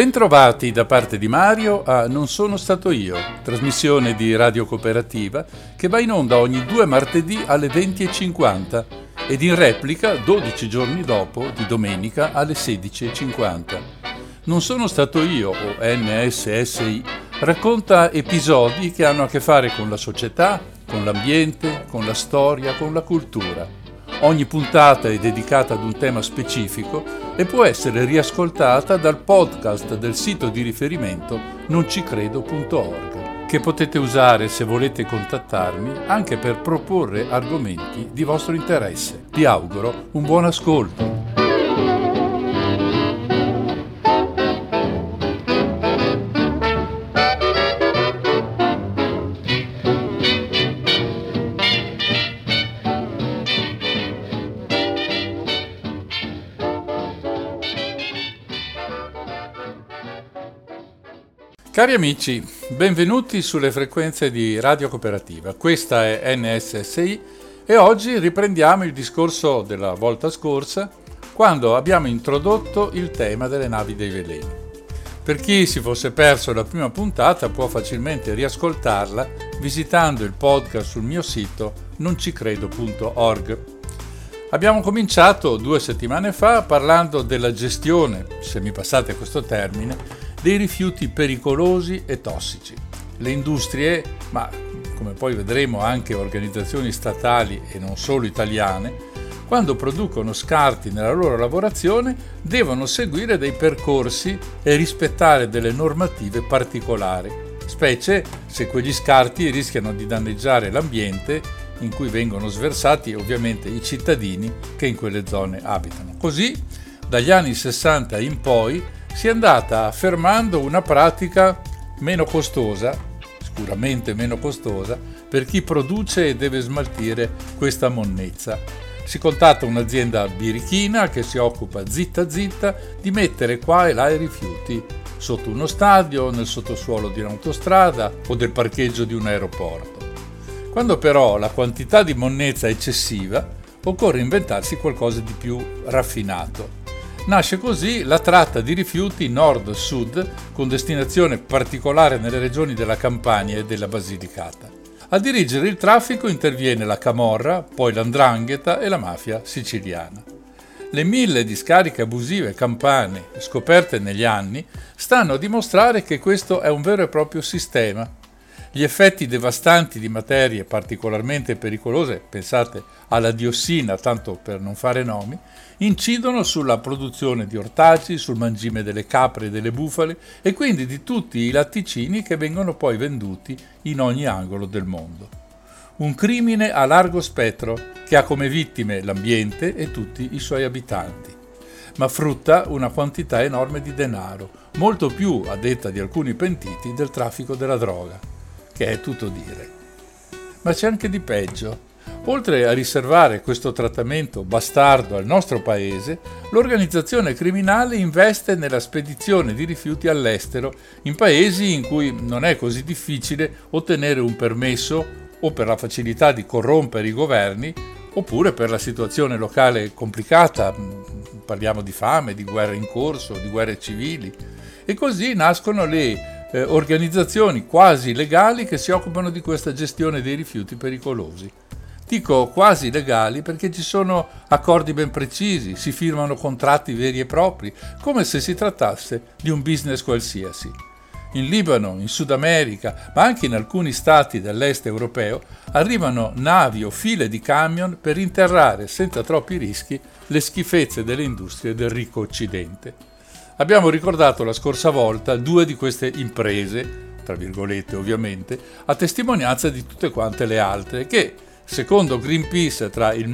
Bentrovati da parte di Mario a Non sono stato io, trasmissione di Radio Cooperativa che va in onda ogni 2 martedì alle 20:50 ed in replica 12 giorni dopo di domenica alle 16:50. Non sono stato io, o NSSI, racconta episodi che hanno a che fare con la società, con l'ambiente, con la storia, con la cultura. Ogni puntata è dedicata ad un tema specifico e può essere riascoltata dal podcast del sito di riferimento noncicredo.org, che potete usare se volete contattarmi anche per proporre argomenti di vostro interesse. Vi auguro un buon ascolto. Cari amici, benvenuti sulle frequenze di Radio Cooperativa. Questa è NSSI e oggi riprendiamo il discorso della volta scorsa quando abbiamo introdotto il tema delle navi dei veleni. Per chi si fosse perso la prima puntata può facilmente riascoltarla visitando il podcast sul mio sito noncicredo.org. Abbiamo cominciato 2 settimane fa parlando della gestione, se mi passate questo termine, dei rifiuti pericolosi e tossici. Le industrie, ma come poi vedremo anche organizzazioni statali e non solo italiane, quando producono scarti nella loro lavorazione devono seguire dei percorsi e rispettare delle normative particolari, specie se quegli scarti rischiano di danneggiare l'ambiente in cui vengono sversati ovviamente i cittadini che in quelle zone abitano. Così, dagli anni 60 in poi, si è andata affermando una pratica meno costosa, sicuramente meno costosa, per chi produce e deve smaltire questa monnezza. Si contatta un'azienda birichina che si occupa zitta zitta di mettere qua e là i rifiuti sotto uno stadio, nel sottosuolo di un'autostrada o del parcheggio di un aeroporto. Quando però la quantità di monnezza è eccessiva, occorre inventarsi qualcosa di più raffinato. Nasce così la tratta di rifiuti nord-sud con destinazione particolare nelle regioni della Campania e della Basilicata. A dirigere il traffico interviene la Camorra, poi l''ndrangheta e la mafia siciliana. Le 1000 discariche abusive campane scoperte negli anni stanno a dimostrare che questo è un vero e proprio sistema. Gli effetti devastanti di materie particolarmente pericolose, pensate alla diossina, tanto per non fare nomi, incidono sulla produzione di ortaggi, sul mangime delle capre e delle bufale e quindi di tutti i latticini che vengono poi venduti in ogni angolo del mondo. Un crimine a largo spettro che ha come vittime l'ambiente e tutti i suoi abitanti, ma frutta una quantità enorme di denaro, molto più, a detta di alcuni pentiti, del traffico della droga, che è tutto dire. Ma c'è anche di peggio. Oltre a riservare questo trattamento bastardo al nostro paese, l'organizzazione criminale investe nella spedizione di rifiuti all'estero, in paesi in cui non è così difficile ottenere un permesso o per la facilità di corrompere i governi, oppure per la situazione locale complicata, parliamo di fame, di guerre in corso, di guerre civili, e così nascono le organizzazioni quasi legali che si occupano di questa gestione dei rifiuti pericolosi. Dico quasi legali perché ci sono accordi ben precisi, si firmano contratti veri e propri, come se si trattasse di un business qualsiasi. In Libano, in Sud America, ma anche in alcuni stati dell'est europeo, arrivano navi o file di camion per interrare senza troppi rischi le schifezze delle industrie del ricco Occidente. Abbiamo ricordato la scorsa volta 2 di queste imprese, tra virgolette ovviamente, a testimonianza di tutte quante le altre, che, secondo Greenpeace, tra il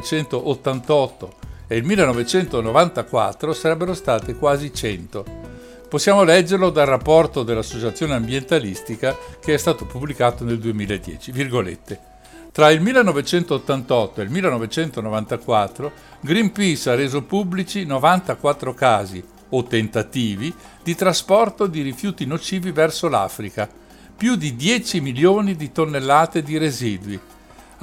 1988 e il 1994 sarebbero state quasi 100. Possiamo leggerlo dal rapporto dell'Associazione Ambientalistica che è stato pubblicato nel 2010, virgolette. Tra il 1988 e il 1994 Greenpeace ha reso pubblici 94 casi o tentativi di trasporto di rifiuti nocivi verso l'Africa, più di 10 milioni di tonnellate di residui.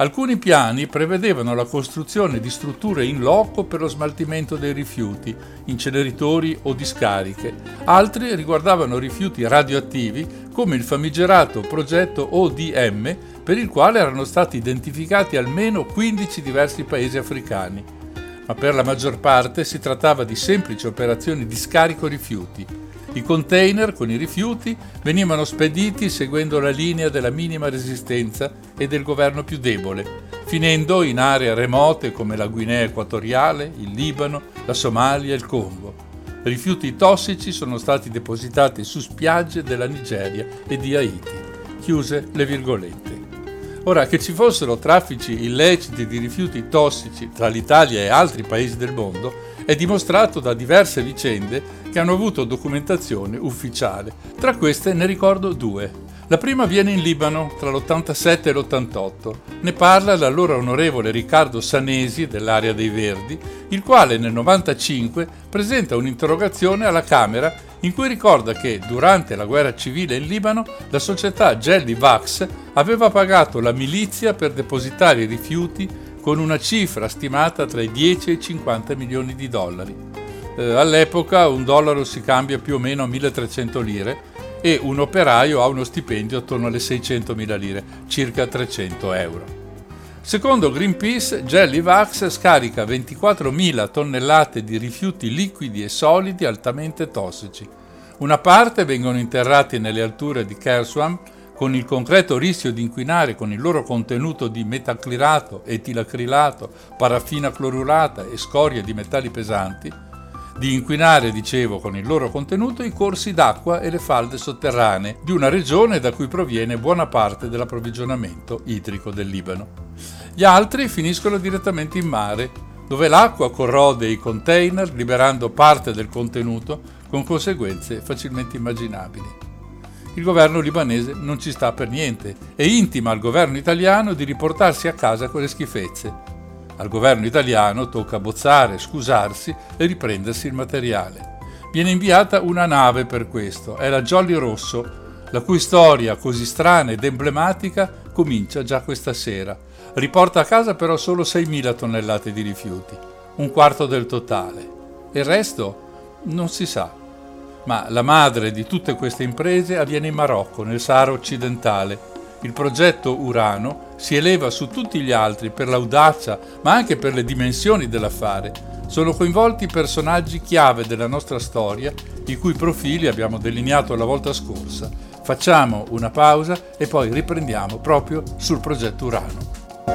Alcuni piani prevedevano la costruzione di strutture in loco per lo smaltimento dei rifiuti, inceneritori o discariche. Altri riguardavano rifiuti radioattivi, come il famigerato progetto ODM, per il quale erano stati identificati almeno 15 diversi paesi africani. Ma per la maggior parte si trattava di semplici operazioni di scarico rifiuti. I container con i rifiuti venivano spediti seguendo la linea della minima resistenza e del governo più debole, finendo in aree remote come la Guinea Equatoriale, il Libano, la Somalia e il Congo. Rifiuti tossici sono stati depositati su spiagge della Nigeria e di Haiti. Chiuse le virgolette. Ora, che ci fossero traffici illeciti di rifiuti tossici tra l'Italia e altri paesi del mondo è dimostrato da diverse vicende che hanno avuto documentazione ufficiale. Tra queste ne ricordo due. La prima avviene in Libano tra l'87 e l'88. Ne parla l'allora onorevole Riccardo Sanesi dell'Area dei Verdi, il quale nel 95 presenta un'interrogazione alla Camera in cui ricorda che durante la guerra civile in Libano la società Jelly Vax aveva pagato la milizia per depositare i rifiuti con una cifra stimata tra i 10 e i 50 milioni di dollari. All'epoca un dollaro si cambia più o meno a 1300 lire e un operaio ha uno stipendio attorno alle 600.000 lire, circa 300 euro. Secondo Greenpeace, Jelly Vax scarica 24.000 tonnellate di rifiuti liquidi e solidi altamente tossici. Una parte vengono interrati nelle alture di Kerswam, con il concreto rischio di inquinare con il loro contenuto di metaclirato, etilacrilato, paraffina clorurata e scorie di metalli pesanti, di inquinare, dicevo, con il loro contenuto i corsi d'acqua e le falde sotterranee di una regione da cui proviene buona parte dell'approvvigionamento idrico del Libano. Gli altri finiscono direttamente in mare, dove l'acqua corrode i container, liberando parte del contenuto, con conseguenze facilmente immaginabili. Il governo libanese non ci sta per niente e intima al governo italiano di riportarsi a casa quelle schifezze. Al governo italiano tocca bozzare, scusarsi e riprendersi il materiale. Viene inviata una nave per questo, è la Jolly Rosso, la cui storia così strana ed emblematica comincia già questa sera. Riporta a casa però solo 6.000 tonnellate di rifiuti, un quarto del totale. E il resto non si sa. Ma la madre di tutte queste imprese avviene in Marocco, nel Sahara occidentale. Il progetto Urano si eleva su tutti gli altri per l'audacia, ma anche per le dimensioni dell'affare. Sono coinvolti personaggi chiave della nostra storia, i cui profili abbiamo delineato la volta scorsa. Facciamo una pausa e poi riprendiamo proprio sul progetto Urano.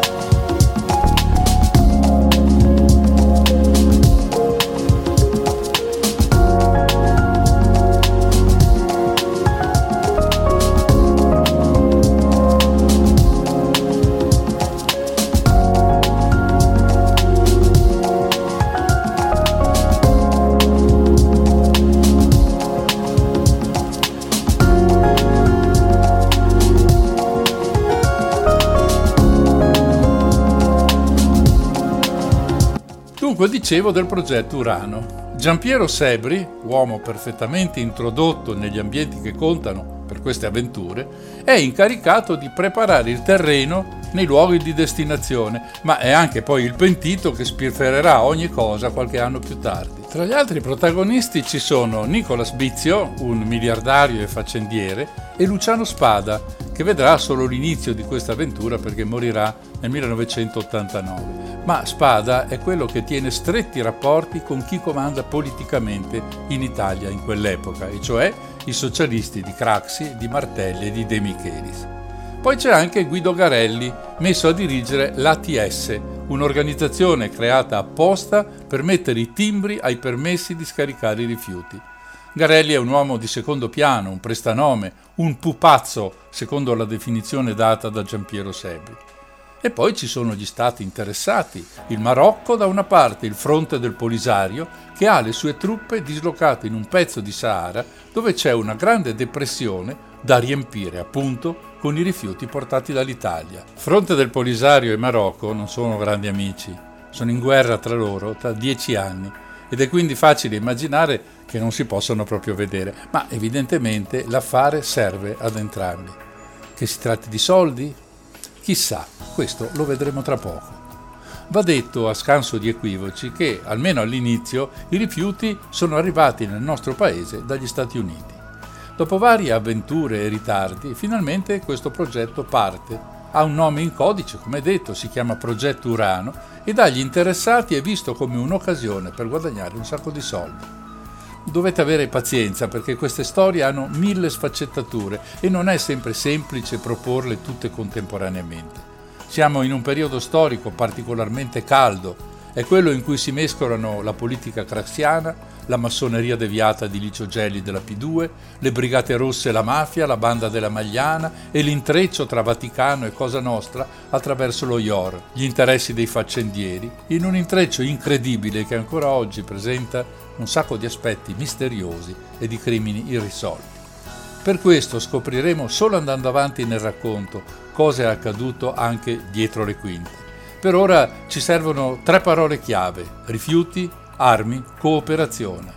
Dunque dicevo del progetto Urano. Giampiero Sebri, uomo perfettamente introdotto negli ambienti che contano per queste avventure, è incaricato di preparare il terreno nei luoghi di destinazione, ma è anche poi il pentito che spiffererà ogni cosa qualche anno più tardi. Tra gli altri protagonisti ci sono Nicolas Bizio, un miliardario e faccendiere, e Luciano Spada, che vedrà solo l'inizio di questa avventura perché morirà nel 1989. Ma Spada è quello che tiene stretti rapporti con chi comanda politicamente in Italia in quell'epoca, e cioè i socialisti di Craxi, di Martelli e di De Michelis. Poi c'è anche Guido Garelli, messo a dirigere l'ATS, un'organizzazione creata apposta per mettere i timbri ai permessi di scaricare i rifiuti. Garelli è un uomo di secondo piano, un prestanome, un pupazzo, secondo la definizione data da Giampiero Sebri. E poi ci sono gli stati interessati, il Marocco da una parte, il fronte del Polisario, che ha le sue truppe dislocate in un pezzo di Sahara dove c'è una grande depressione da riempire appunto con i rifiuti portati dall'Italia. Fronte del Polisario e Marocco non sono grandi amici, sono in guerra tra loro da 10 anni ed è quindi facile immaginare che non si possano proprio vedere, ma evidentemente l'affare serve ad entrambi. Che si tratti di soldi, Chissà, questo lo vedremo tra poco. Va detto a scanso di equivoci che, almeno all'inizio, i rifiuti sono arrivati nel nostro paese dagli Stati Uniti. Dopo varie avventure e ritardi, finalmente questo progetto parte. Ha un nome in codice, come detto, si chiama Progetto Urano e dagli interessati è visto come un'occasione per guadagnare un sacco di soldi. Dovete avere pazienza perché queste storie hanno 1000 sfaccettature e non è sempre semplice proporle tutte contemporaneamente. Siamo in un periodo storico particolarmente caldo, è quello in cui si mescolano la politica craxiana, la massoneria deviata di Licio Gelli della P2, le Brigate Rosse e la mafia, la banda della Magliana e l'intreccio tra Vaticano e Cosa Nostra attraverso lo IOR, gli interessi dei faccendieri, in un intreccio incredibile che ancora oggi presenta un sacco di aspetti misteriosi e di crimini irrisolti. Per questo scopriremo solo andando avanti nel racconto cosa è accaduto anche dietro le quinte. Per ora ci servono 3 parole chiave: rifiuti, armi, cooperazione.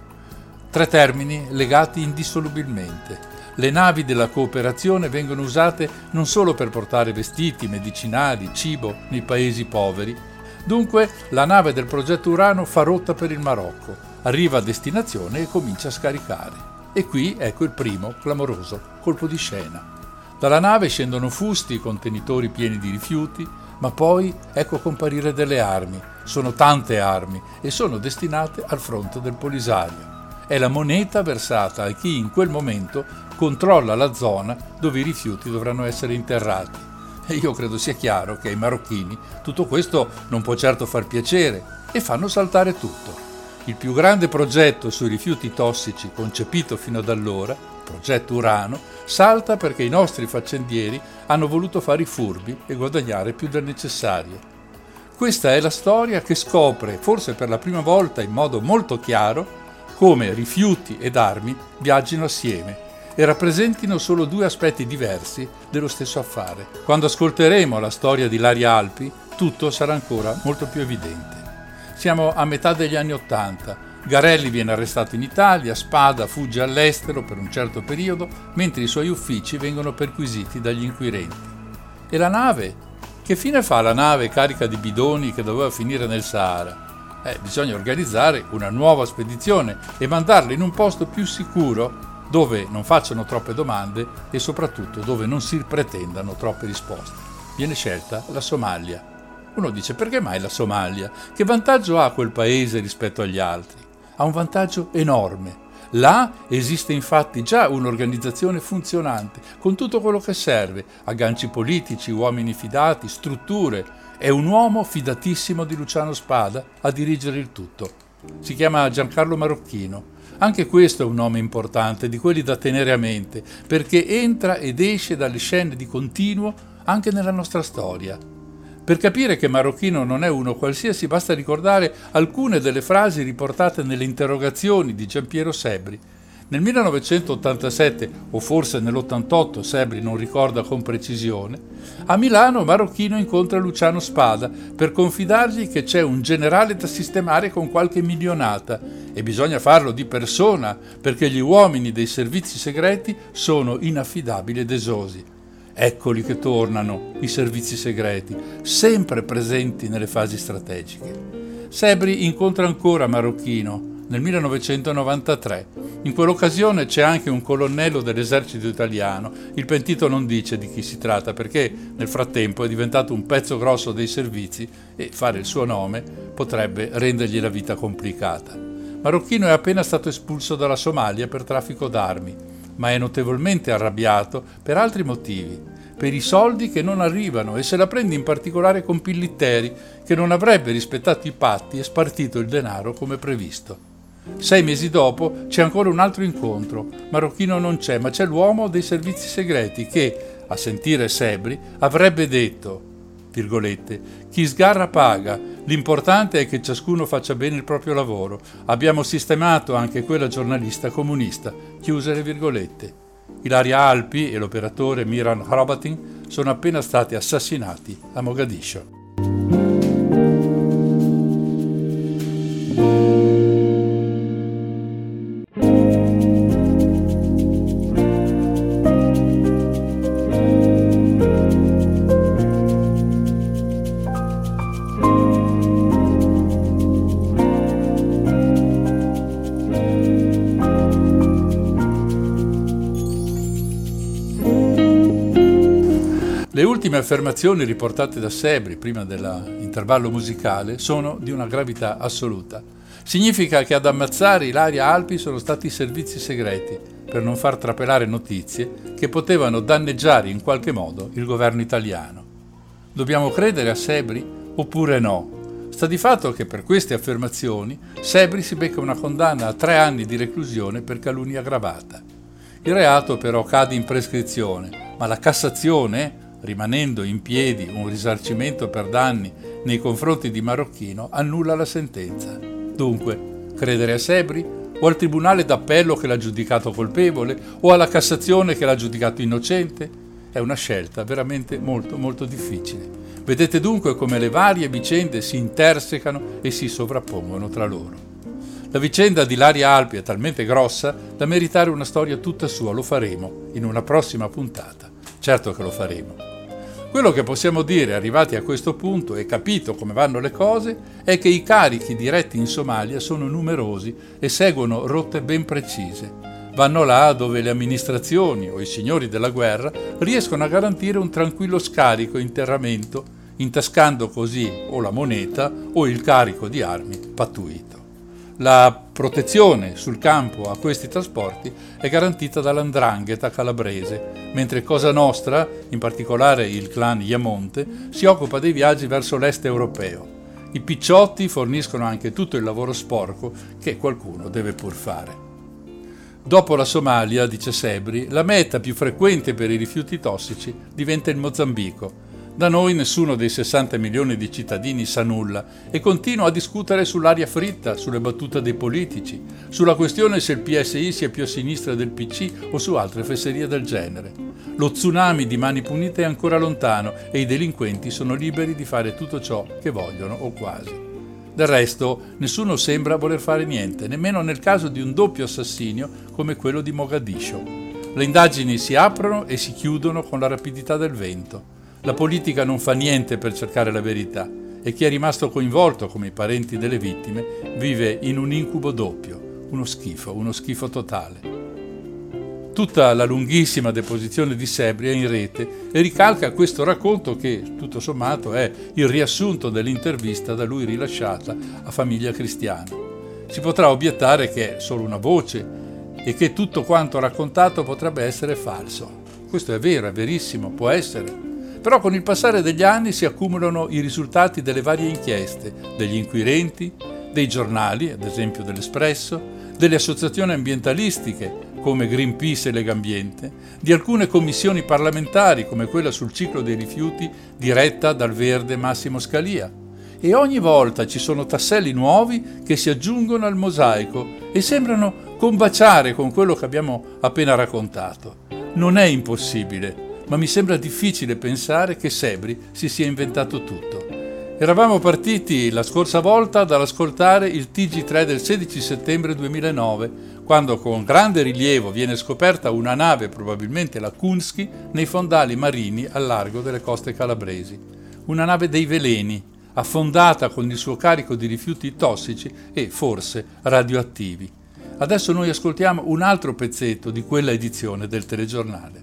3 termini legati indissolubilmente. Le navi della cooperazione vengono usate non solo per portare vestiti, medicinali, cibo nei paesi poveri. Dunque la nave del progetto Urano fa rotta per il Marocco, arriva a destinazione e comincia a scaricare. E qui ecco il primo clamoroso colpo di scena. Dalla nave scendono fusti, contenitori pieni di rifiuti, ma poi ecco comparire delle armi. Sono tante armi e sono destinate al fronte del Polisario. È la moneta versata a chi in quel momento controlla la zona dove i rifiuti dovranno essere interrati. E io credo sia chiaro che ai marocchini tutto questo non può certo far piacere e fanno saltare tutto. Il più grande progetto sui rifiuti tossici concepito fino ad allora, Progetto Urano, salta perché i nostri faccendieri hanno voluto fare i furbi e guadagnare più del necessario. Questa è la storia che scopre, forse per la prima volta in modo molto chiaro, come rifiuti ed armi viaggino assieme e rappresentino solo 2 aspetti diversi dello stesso affare. Quando ascolteremo la storia di Ilaria Alpi, tutto sarà ancora molto più evidente. Siamo a metà degli anni '80. Garelli viene arrestato in Italia, Spada fugge all'estero per un certo periodo, mentre i suoi uffici vengono perquisiti dagli inquirenti. E la nave? Che fine fa la nave carica di bidoni che doveva finire nel Sahara? Bisogna organizzare una nuova spedizione e mandarla in un posto più sicuro, dove non facciano troppe domande e soprattutto dove non si pretendano troppe risposte. Viene scelta la Somalia. Uno dice: perché mai la Somalia? Che vantaggio ha quel paese rispetto agli altri? Ha un vantaggio enorme. Là esiste infatti già un'organizzazione funzionante, con tutto quello che serve, agganci politici, uomini fidati, strutture. È un uomo fidatissimo di Luciano Spada a dirigere il tutto. Si chiama Giancarlo Marocchino. Anche questo è un nome importante, di quelli da tenere a mente, perché entra ed esce dalle scene di continuo anche nella nostra storia. Per capire che Marocchino non è uno qualsiasi basta ricordare alcune delle frasi riportate nelle interrogazioni di Giampiero Sebri. Nel 1987, o forse nell'88, Sebri non ricorda con precisione, a Milano Marocchino incontra Luciano Spada per confidargli che c'è un generale da sistemare con qualche milionata e bisogna farlo di persona perché gli uomini dei servizi segreti sono inaffidabili ed esosi. Eccoli che tornano, i servizi segreti, sempre presenti nelle fasi strategiche. Sebri incontra ancora Marocchino nel 1993. In quell'occasione c'è anche un colonnello dell'esercito italiano. Il pentito non dice di chi si tratta perché nel frattempo è diventato un pezzo grosso dei servizi e fare il suo nome potrebbe rendergli la vita complicata. Marocchino è appena stato espulso dalla Somalia per traffico d'armi, ma è notevolmente arrabbiato per altri motivi, per i soldi che non arrivano e se la prende in particolare con Pillitteri, che non avrebbe rispettato i patti e spartito il denaro come previsto. 6 mesi dopo c'è ancora un altro incontro. Marocchino non c'è, ma c'è l'uomo dei servizi segreti che, a sentire Sebri, avrebbe detto, virgolette, chi sgarra paga, l'importante è che ciascuno faccia bene il proprio lavoro. Abbiamo sistemato anche quella giornalista comunista, chiuse le virgolette. Ilaria Alpi e l'operatore Miran Hrovatin sono appena stati assassinati a Mogadiscio. Le ultime affermazioni riportate da Sebri prima dell'intervallo musicale sono di una gravità assoluta. Significa che ad ammazzare Ilaria Alpi sono stati i servizi segreti per non far trapelare notizie che potevano danneggiare in qualche modo il governo italiano. Dobbiamo credere a Sebri oppure no? Sta di fatto che per queste affermazioni Sebri si becca una condanna a 3 anni di reclusione per calunnia aggravata. Il reato però cade in prescrizione, ma la Cassazione, rimanendo in piedi un risarcimento per danni nei confronti di Marocchino, annulla la sentenza. Dunque, credere a Sebri o al Tribunale d'Appello che l'ha giudicato colpevole o alla Cassazione che l'ha giudicato innocente? È una scelta veramente molto molto difficile. Vedete dunque come le varie vicende si intersecano e si sovrappongono tra loro. La vicenda di Ilaria Alpi è talmente grossa da meritare una storia tutta sua. Lo faremo in una prossima puntata. Certo che lo faremo. Quello che possiamo dire, arrivati a questo punto e capito come vanno le cose, è che i carichi diretti in Somalia sono numerosi e seguono rotte ben precise. Vanno là dove le amministrazioni o i signori della guerra riescono a garantire un tranquillo scarico e interramento, intascando così o la moneta o il carico di armi pattuito. La protezione sul campo a questi trasporti è garantita dall''ndrangheta calabrese, mentre Cosa Nostra, in particolare il clan Iamonte, si occupa dei viaggi verso l'est europeo. I picciotti forniscono anche tutto il lavoro sporco che qualcuno deve pur fare. Dopo la Somalia, dice Sebri, la meta più frequente per i rifiuti tossici diventa il Mozambico. Da noi nessuno dei 60 milioni di cittadini sa nulla e continua a discutere sull'aria fritta, sulle battute dei politici, sulla questione se il PSI sia più a sinistra del PC o su altre fesserie del genere. Lo tsunami di Mani Pulite è ancora lontano e i delinquenti sono liberi di fare tutto ciò che vogliono o quasi. Del resto, nessuno sembra voler fare niente, nemmeno nel caso di un doppio assassinio come quello di Mogadiscio. Le indagini si aprono e si chiudono con la rapidità del vento. La politica non fa niente per cercare la verità e chi è rimasto coinvolto, come i parenti delle vittime, vive in un incubo doppio, uno schifo totale. Tutta la lunghissima deposizione di Sebri è in rete e ricalca questo racconto che, tutto sommato, è il riassunto dell'intervista da lui rilasciata a Famiglia Cristiana. Si potrà obiettare che è solo una voce e che tutto quanto raccontato potrebbe essere falso. Questo è vero, è verissimo, può essere. Però con il passare degli anni si accumulano i risultati delle varie inchieste, degli inquirenti, dei giornali, ad esempio dell'Espresso, delle associazioni ambientalistiche come Greenpeace e Legambiente, di alcune commissioni parlamentari come quella sul ciclo dei rifiuti diretta dal verde Massimo Scalia. E ogni volta ci sono tasselli nuovi che si aggiungono al mosaico e sembrano combaciare con quello che abbiamo appena raccontato. Non è impossibile, ma mi sembra difficile pensare che Sebri si sia inventato tutto. Eravamo partiti la scorsa volta dall'ascoltare il TG3 del 16 settembre 2009, quando con grande rilievo viene scoperta una nave, probabilmente la Kunsky, nei fondali marini al largo delle coste calabresi. Una nave dei veleni, affondata con il suo carico di rifiuti tossici e forse radioattivi. Adesso noi ascoltiamo un altro pezzetto di quella edizione del telegiornale.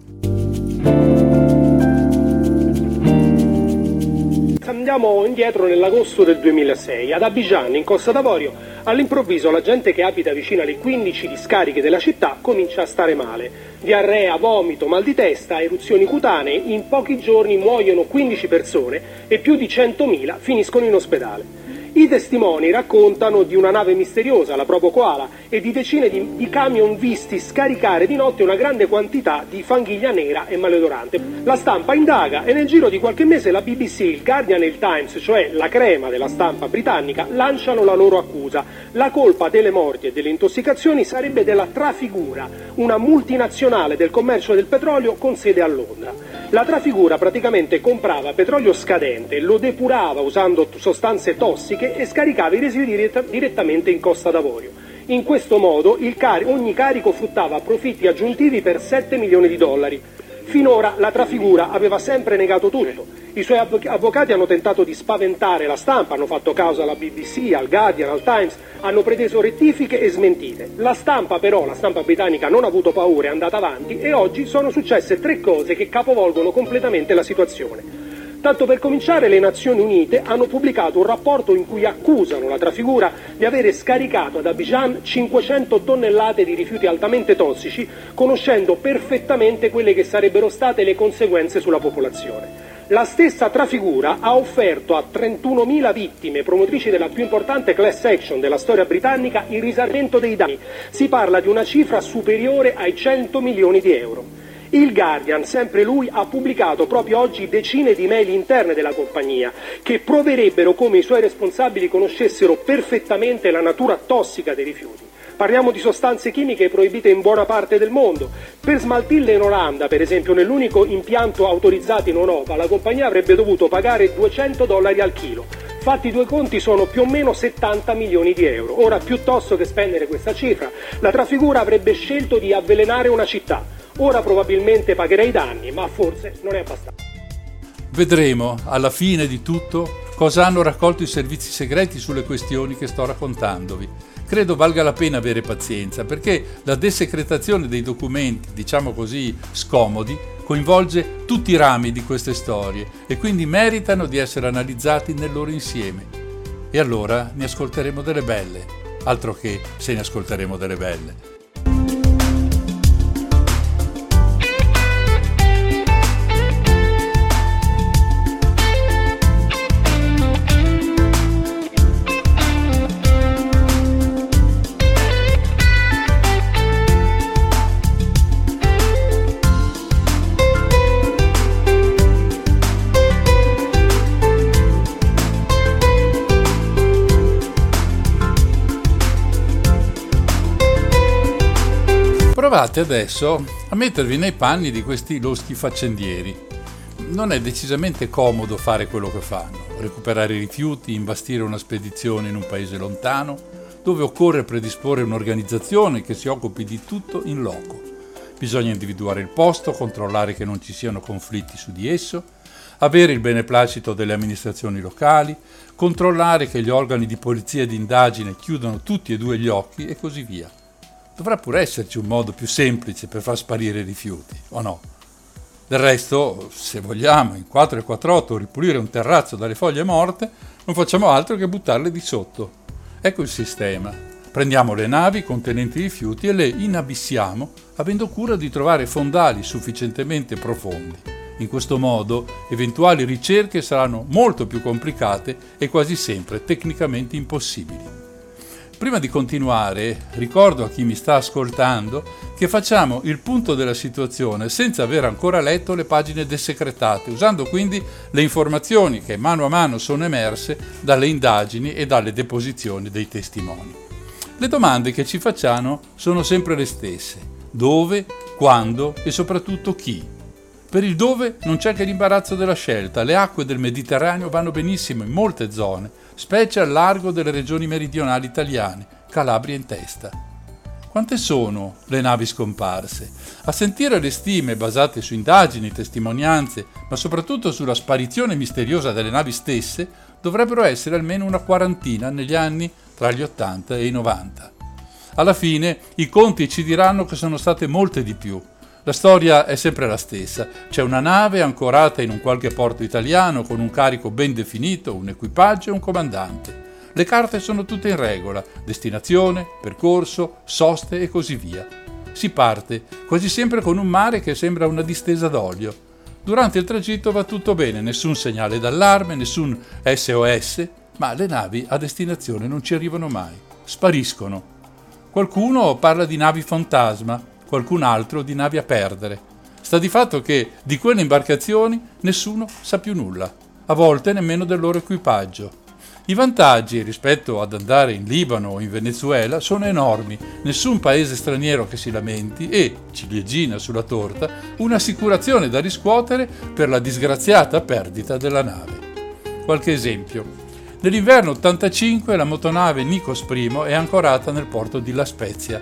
Andiamo indietro nell'agosto del 2006. Ad Abidjan, in Costa d'Avorio, all'improvviso la gente che abita vicino alle 15 discariche della città comincia a stare male. Diarrea, vomito, mal di testa, eruzioni cutanee, in pochi giorni muoiono 15 persone e più di 100.000 finiscono in ospedale. I testimoni raccontano di una nave misteriosa, la Propo Koala, e di decine di camion visti scaricare di notte una grande quantità di fanghiglia nera e maleodorante. La stampa indaga e nel giro di qualche mese la BBC, il Guardian e il Times, cioè la crema della stampa britannica, lanciano la loro accusa. La colpa delle morti e delle intossicazioni sarebbe della Trafigura, una multinazionale del commercio del petrolio con sede a Londra. La Trafigura praticamente comprava petrolio scadente, lo depurava usando sostanze tossiche e scaricava i residui direttamente in Costa d'Avorio. In questo modo ogni carico fruttava profitti aggiuntivi per $7 milioni. Finora la Trafigura aveva sempre negato tutto. I suoi avvocati hanno tentato di spaventare la stampa, hanno fatto causa alla BBC, al Guardian, al Times, hanno preteso rettifiche e smentite. La stampa però, la stampa britannica, non ha avuto paura, è andata avanti e oggi sono successe 3 cose che capovolgono completamente la situazione. Tanto per cominciare, le Nazioni Unite hanno pubblicato un rapporto in cui accusano la Trafigura di avere scaricato ad Abidjan 500 tonnellate di rifiuti altamente tossici, conoscendo perfettamente quelle che sarebbero state le conseguenze sulla popolazione. La stessa Trafigura ha offerto a 31.000 vittime, promotrici della più importante class action della storia britannica, il risarcimento dei danni. Si parla di una cifra superiore ai 100 milioni di euro. Il Guardian, sempre lui, ha pubblicato proprio oggi decine di mail interne della compagnia che proverebbero come i suoi responsabili conoscessero perfettamente la natura tossica dei rifiuti. Parliamo di sostanze chimiche proibite in buona parte del mondo. Per smaltirle in Olanda, per esempio, nell'unico impianto autorizzato in Europa, la compagnia avrebbe dovuto pagare $200 al chilo. Fatti 2 conti, sono più o meno 70 milioni di euro. Ora, piuttosto che spendere questa cifra, la Trafigura avrebbe scelto di avvelenare una città. Ora probabilmente pagherà i danni, ma forse non è abbastanza. Vedremo alla fine di tutto cosa hanno raccolto i servizi segreti sulle questioni che sto raccontandovi. Credo valga la pena avere pazienza, perché la desecretazione dei documenti, diciamo così, scomodi, coinvolge tutti i rami di queste storie e quindi meritano di essere analizzati nel loro insieme. E allora ne ascolteremo delle belle, altro che se ne ascolteremo delle belle. Provate adesso a mettervi nei panni di questi loschi faccendieri. Non è decisamente comodo fare quello che fanno, recuperare i rifiuti, imbastire una spedizione in un paese lontano, dove occorre predisporre un'organizzazione che si occupi di tutto in loco. Bisogna individuare il posto, controllare che non ci siano conflitti su di esso, avere il beneplacito delle amministrazioni locali, controllare che gli organi di polizia e di indagine chiudano tutti e 2 gli occhi e così via. Dovrà pure esserci un modo più semplice per far sparire i rifiuti, o no? Del resto, se vogliamo in 448 ripulire un terrazzo dalle foglie morte, non facciamo altro che buttarle di sotto. Ecco il sistema. Prendiamo le navi contenenti rifiuti e le inabissiamo, avendo cura di trovare fondali sufficientemente profondi. In questo modo, eventuali ricerche saranno molto più complicate e quasi sempre tecnicamente impossibili. Prima di continuare, ricordo a chi mi sta ascoltando che facciamo il punto della situazione senza aver ancora letto le pagine desecretate, usando quindi le informazioni che mano a mano sono emerse dalle indagini e dalle deposizioni dei testimoni. Le domande che ci facciamo sono sempre le stesse: dove, quando e soprattutto chi. Per il dove non c'è che l'imbarazzo della scelta. Le acque del Mediterraneo vanno benissimo in molte zone, specie al largo delle regioni meridionali italiane, Calabria in testa. Quante sono le navi scomparse? A sentire le stime basate su indagini, testimonianze, ma soprattutto sulla sparizione misteriosa delle navi stesse, dovrebbero essere almeno una 40 negli anni tra gli 80 e i 90. Alla fine i conti ci diranno che sono state molte di più. La storia è sempre la stessa. C'è una nave ancorata in un qualche porto italiano con un carico ben definito, un equipaggio e un comandante. Le carte sono tutte in regola: destinazione, percorso, soste e così via. Si parte quasi sempre con un mare che sembra una distesa d'olio. Durante il tragitto va tutto bene, nessun segnale d'allarme, nessun SOS, ma le navi a destinazione non ci arrivano mai, spariscono. Qualcuno parla di navi fantasma, qualcun altro di navi a perdere. Sta di fatto che di quelle imbarcazioni nessuno sa più nulla, a volte nemmeno del loro equipaggio. I vantaggi rispetto ad andare in Libano o in Venezuela sono enormi, nessun paese straniero che si lamenti e, ciliegina sulla torta, un'assicurazione da riscuotere per la disgraziata perdita della nave. Qualche esempio. Nell'inverno 85 la motonave Nikos I è ancorata nel porto di La Spezia.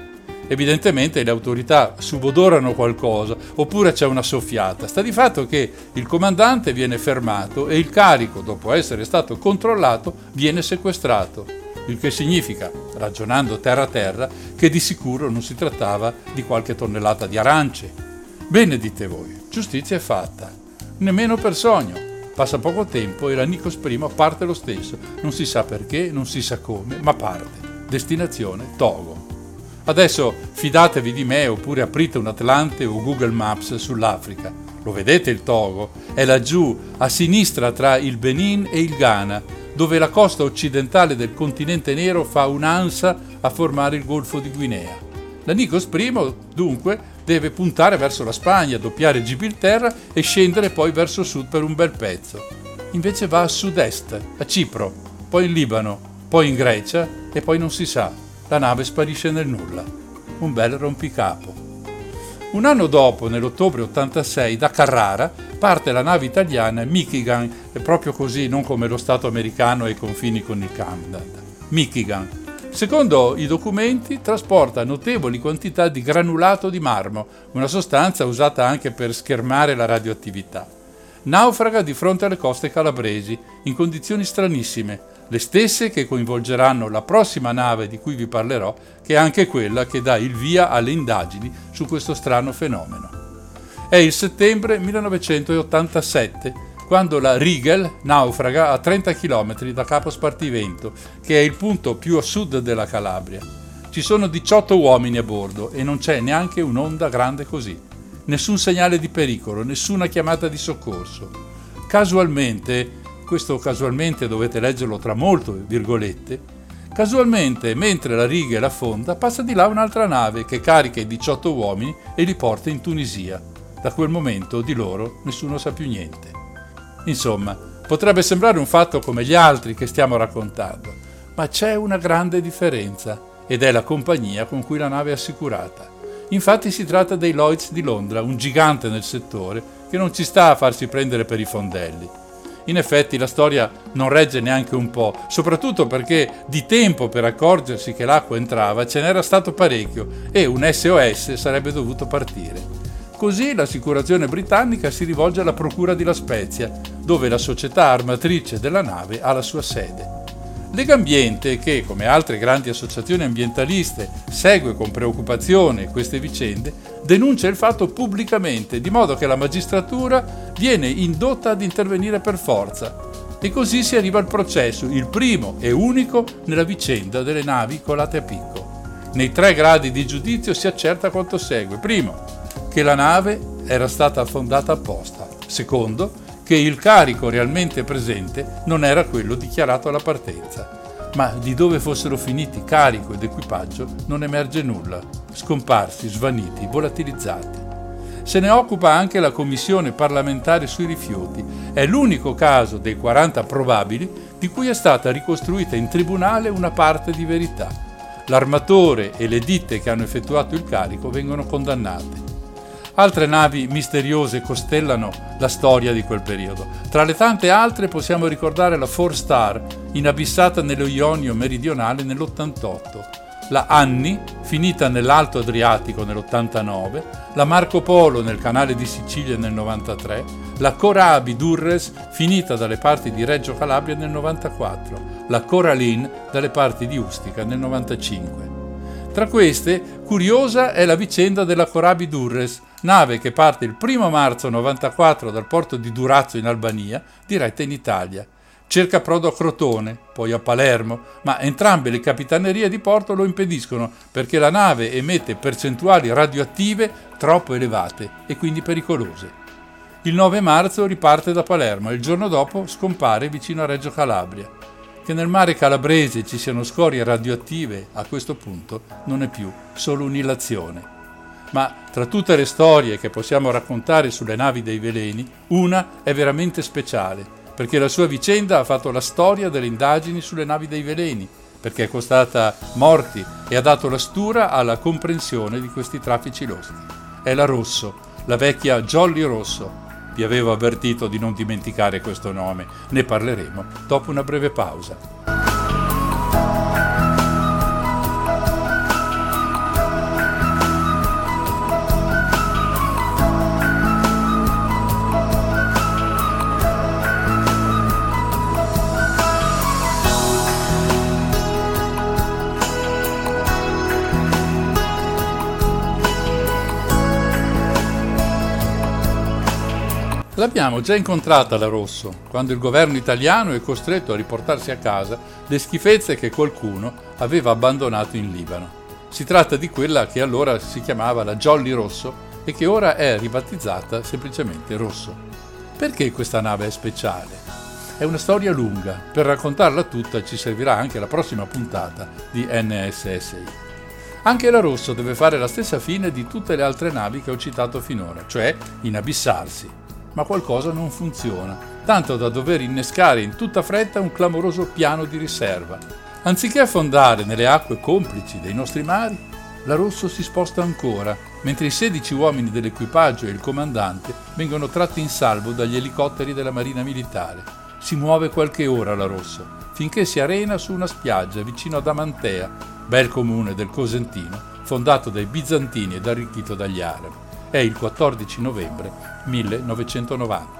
Evidentemente le autorità subodorano qualcosa, oppure c'è una soffiata. Sta di fatto che il comandante viene fermato e il carico, dopo essere stato controllato, viene sequestrato. Il che significa, ragionando terra a terra, che di sicuro non si trattava di qualche tonnellata di arance. Bene, dite voi, giustizia è fatta. Nemmeno per sogno. Passa poco tempo e la Nikos I parte lo stesso. Non si sa perché, non si sa come, ma parte. Destinazione Togo. Adesso fidatevi di me oppure aprite un Atlante o Google Maps sull'Africa. Lo vedete il Togo? È laggiù, a sinistra tra il Benin e il Ghana, dove la costa occidentale del continente nero fa un'ansa a formare il Golfo di Guinea. La Nikos I, dunque, deve puntare verso la Spagna, doppiare Gibilterra e scendere poi verso sud per un bel pezzo. Invece va a sud-est, a Cipro, poi in Libano, poi in Grecia e poi non si sa. La nave sparisce nel nulla. Un bel rompicapo. Un anno dopo, nell'ottobre 86, da Carrara parte la nave italiana Michigan, proprio così, non come lo Stato americano ai confini con il Canada. Michigan. Secondo i documenti trasporta notevoli quantità di granulato di marmo, una sostanza usata anche per schermare la radioattività. Naufraga di fronte alle coste calabresi, in condizioni stranissime, le stesse che coinvolgeranno la prossima nave di cui vi parlerò, che è anche quella che dà il via alle indagini su questo strano fenomeno. È il settembre 1987, quando la Rigel naufraga a 30 km da Capo Spartivento, che è il punto più a sud della Calabria. Ci sono 18 uomini a bordo e non c'è neanche un'onda grande così. Nessun segnale di pericolo, nessuna chiamata di soccorso. Casualmente, questo casualmente dovete leggerlo tra molto virgolette, casualmente mentre la Rigel affonda passa di là un'altra nave che carica i 18 uomini e li porta in Tunisia. Da quel momento di loro nessuno sa più niente. Insomma, potrebbe sembrare un fatto come gli altri che stiamo raccontando, ma c'è una grande differenza ed è la compagnia con cui la nave è assicurata. Infatti si tratta dei Lloyd's di Londra, un gigante nel settore che non ci sta a farsi prendere per i fondelli. In effetti la storia non regge neanche un po', soprattutto perché di tempo per accorgersi che l'acqua entrava ce n'era stato parecchio e un SOS sarebbe dovuto partire. Così l'assicurazione britannica si rivolge alla Procura di La Spezia, dove la società armatrice della nave ha la sua sede. Legambiente, che come altre grandi associazioni ambientaliste segue con preoccupazione queste vicende, denuncia il fatto pubblicamente, di modo che la magistratura viene indotta ad intervenire per forza. E così si arriva al processo, il primo e unico nella vicenda delle navi colate a picco. Nei 3 gradi di giudizio si accerta quanto segue. Primo, che la nave era stata affondata apposta. Secondo, che il carico realmente presente non era quello dichiarato alla partenza. Ma di dove fossero finiti carico ed equipaggio non emerge nulla, scomparsi, svaniti, volatilizzati. Se ne occupa anche la Commissione parlamentare sui rifiuti. È l'unico caso dei 40 probabili di cui è stata ricostruita in tribunale una parte di verità. L'armatore e le ditte che hanno effettuato il carico vengono condannate. Altre navi misteriose costellano la storia di quel periodo. Tra le tante altre possiamo ricordare la 4-Star, inabissata nello Ionio meridionale nell'88, la Anni, finita nell'Alto Adriatico nell'89, la Marco Polo nel canale di Sicilia nel 93, la Corabi Durres, finita dalle parti di Reggio Calabria nel 94, la Coraline dalle parti di Ustica nel 95. Tra queste, curiosa è la vicenda della Corabi Durres, nave che parte il 1 marzo 94 dal porto di Durazzo in Albania, diretta in Italia. Cerca approdo a Crotone, poi a Palermo, ma entrambe le capitanerie di porto lo impediscono perché la nave emette percentuali radioattive troppo elevate e quindi pericolose. Il 9 marzo riparte da Palermo e il giorno dopo scompare vicino a Reggio Calabria. Che nel mare calabrese ci siano scorie radioattive, a questo punto non è più solo un'illazione. Ma tra tutte le storie che possiamo raccontare sulle navi dei veleni, una è veramente speciale, perché la sua vicenda ha fatto la storia delle indagini sulle navi dei veleni, perché è costata morti e ha dato la stura alla comprensione di questi traffici loschi. È la Rosso, la vecchia Jolly Rosso. Vi avevo avvertito di non dimenticare questo nome, ne parleremo dopo una breve pausa. L'abbiamo già incontrata la Rosso, quando il governo italiano è costretto a riportarsi a casa le schifezze che qualcuno aveva abbandonato in Libano. Si tratta di quella che allora si chiamava la Jolly Rosso e che ora è ribattezzata semplicemente Rosso. Perché questa nave è speciale? È una storia lunga, per raccontarla tutta ci servirà anche la prossima puntata di NSSI. Anche la Rosso deve fare la stessa fine di tutte le altre navi che ho citato finora, cioè inabissarsi. Ma qualcosa non funziona, tanto da dover innescare in tutta fretta un clamoroso piano di riserva. Anziché affondare nelle acque complici dei nostri mari, la Rosso si sposta ancora, mentre i 16 uomini dell'equipaggio e il comandante vengono tratti in salvo dagli elicotteri della Marina Militare. Si muove qualche ora la Rosso, finché si arena su una spiaggia vicino ad Amantea, bel comune del Cosentino, fondato dai bizantini ed arricchito dagli arabi. È il 14 novembre 1990.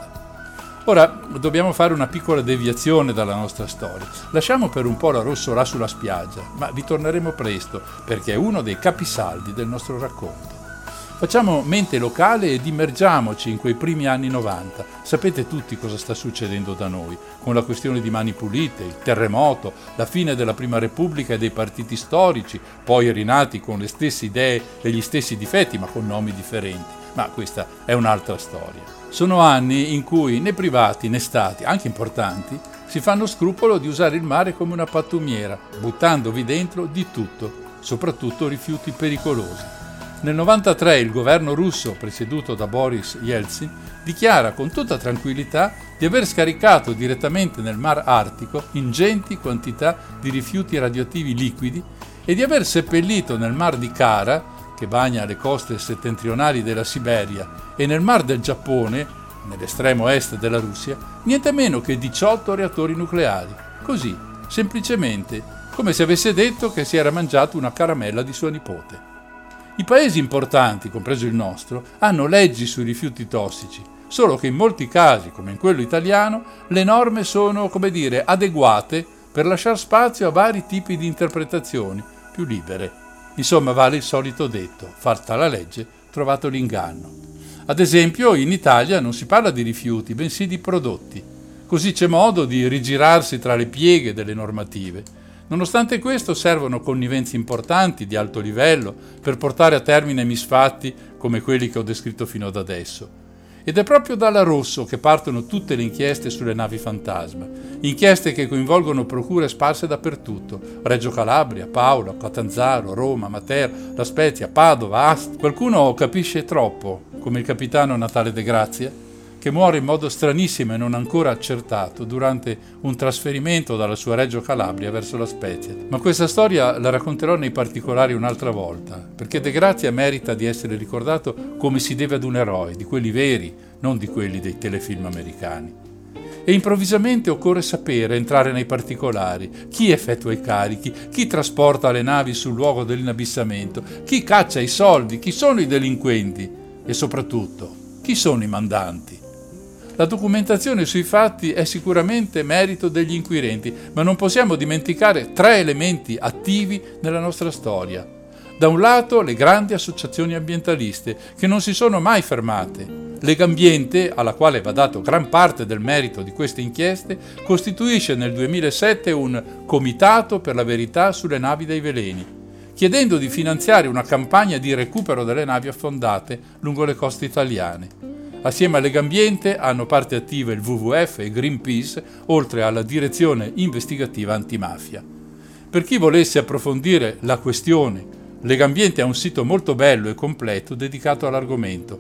Ora dobbiamo fare una piccola deviazione dalla nostra storia. Lasciamo per un po' la Rosso là sulla spiaggia, ma vi torneremo presto perché è uno dei capisaldi del nostro racconto. Facciamo mente locale ed immergiamoci in quei primi anni 90. Sapete tutti cosa sta succedendo da noi, con la questione di Mani Pulite, il terremoto, la fine della Prima Repubblica e dei partiti storici, poi rinati con le stesse idee e gli stessi difetti, ma con nomi differenti. Ma questa è un'altra storia. Sono anni in cui né privati né stati, anche importanti, si fanno scrupolo di usare il mare come una pattumiera, buttandovi dentro di tutto, soprattutto rifiuti pericolosi. Nel 1993 il governo russo, presieduto da Boris Yeltsin, dichiara con tutta tranquillità di aver scaricato direttamente nel Mar Artico ingenti quantità di rifiuti radioattivi liquidi e di aver seppellito nel Mar di Kara, che bagna le coste settentrionali della Siberia, e nel Mar del Giappone, nell'estremo est della Russia, niente meno che 18 reattori nucleari. Così, semplicemente, come se avesse detto che si era mangiato una caramella di sua nipote. I paesi importanti, compreso il nostro, hanno leggi sui rifiuti tossici, solo che in molti casi, come in quello italiano, le norme sono, adeguate per lasciare spazio a vari tipi di interpretazioni più libere. Insomma, vale il solito detto, fatta la legge, trovato l'inganno. Ad esempio, in Italia non si parla di rifiuti, bensì di prodotti. Così c'è modo di rigirarsi tra le pieghe delle normative. Nonostante questo servono connivenze importanti di alto livello per portare a termine misfatti come quelli che ho descritto fino ad adesso. Ed è proprio dalla Rosso che partono tutte le inchieste sulle navi fantasma, inchieste che coinvolgono procure sparse dappertutto: Reggio Calabria, Paola, Catanzaro, Roma, Matera, La Spezia, Padova, Asti. Qualcuno capisce troppo, come il capitano Natale De Grazia, che muore in modo stranissimo e non ancora accertato durante un trasferimento dalla sua Reggio Calabria verso La Spezia. Ma questa storia la racconterò nei particolari un'altra volta, perché De Grazia merita di essere ricordato come si deve ad un eroe, di quelli veri, non di quelli dei telefilm americani. E improvvisamente occorre sapere, entrare nei particolari: chi effettua i carichi, chi trasporta le navi sul luogo dell'inabissamento, chi caccia i soldi, chi sono i delinquenti e soprattutto chi sono i mandanti. La documentazione sui fatti è sicuramente merito degli inquirenti, ma non possiamo dimenticare 3 elementi attivi nella nostra storia. Da un lato, le grandi associazioni ambientaliste, che non si sono mai fermate. Legambiente, alla quale va dato gran parte del merito di queste inchieste, costituisce nel 2007 un comitato per la verità sulle navi dei veleni, chiedendo di finanziare una campagna di recupero delle navi affondate lungo le coste italiane. Assieme a Legambiente hanno parte attiva il WWF e Greenpeace, oltre alla direzione investigativa antimafia. Per chi volesse approfondire la questione, Legambiente ha un sito molto bello e completo dedicato all'argomento: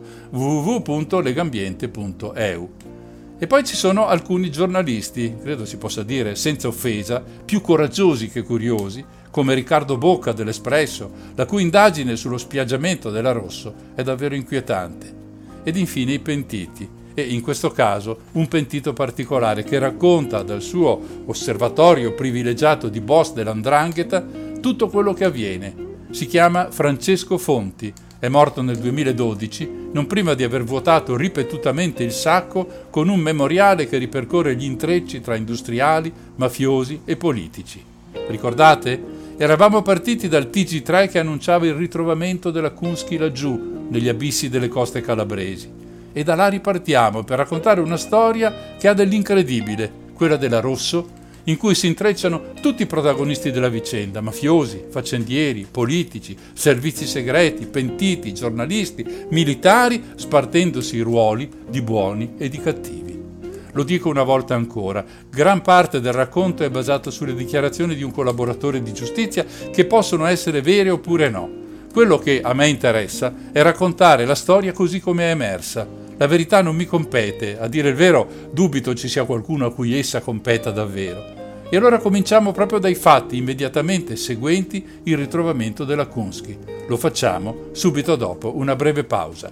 www.legambiente.eu. E poi ci sono alcuni giornalisti, credo si possa dire senza offesa, più coraggiosi che curiosi, come Riccardo Bocca dell'Espresso, la cui indagine sullo spiaggiamento della Rosso è davvero inquietante. Ed infine i pentiti, e in questo caso un pentito particolare che racconta dal suo osservatorio privilegiato di boss dell''ndrangheta tutto quello che avviene. Si chiama Francesco Fonti, è morto nel 2012, non prima di aver vuotato ripetutamente il sacco con un memoriale che ripercorre gli intrecci tra industriali, mafiosi e politici. Ricordate? Eravamo partiti dal TG3 che annunciava il ritrovamento della Kunsky laggiù, negli abissi delle coste calabresi. e da là ripartiamo per raccontare una storia che ha dell'incredibile, quella della Rosso, in cui si intrecciano tutti i protagonisti della vicenda: mafiosi, faccendieri, politici, servizi segreti, pentiti, giornalisti, militari, spartendosi i ruoli di buoni e di cattivi. Lo dico una volta ancora, gran parte del racconto è basato sulle dichiarazioni di un collaboratore di giustizia che possono essere vere oppure no. Quello che a me interessa è raccontare la storia così come è emersa. La verità non mi compete, a dire il vero dubito ci sia qualcuno a cui essa competa davvero. E allora cominciamo proprio dai fatti immediatamente seguenti il ritrovamento della Kunski. Lo facciamo subito dopo una breve pausa.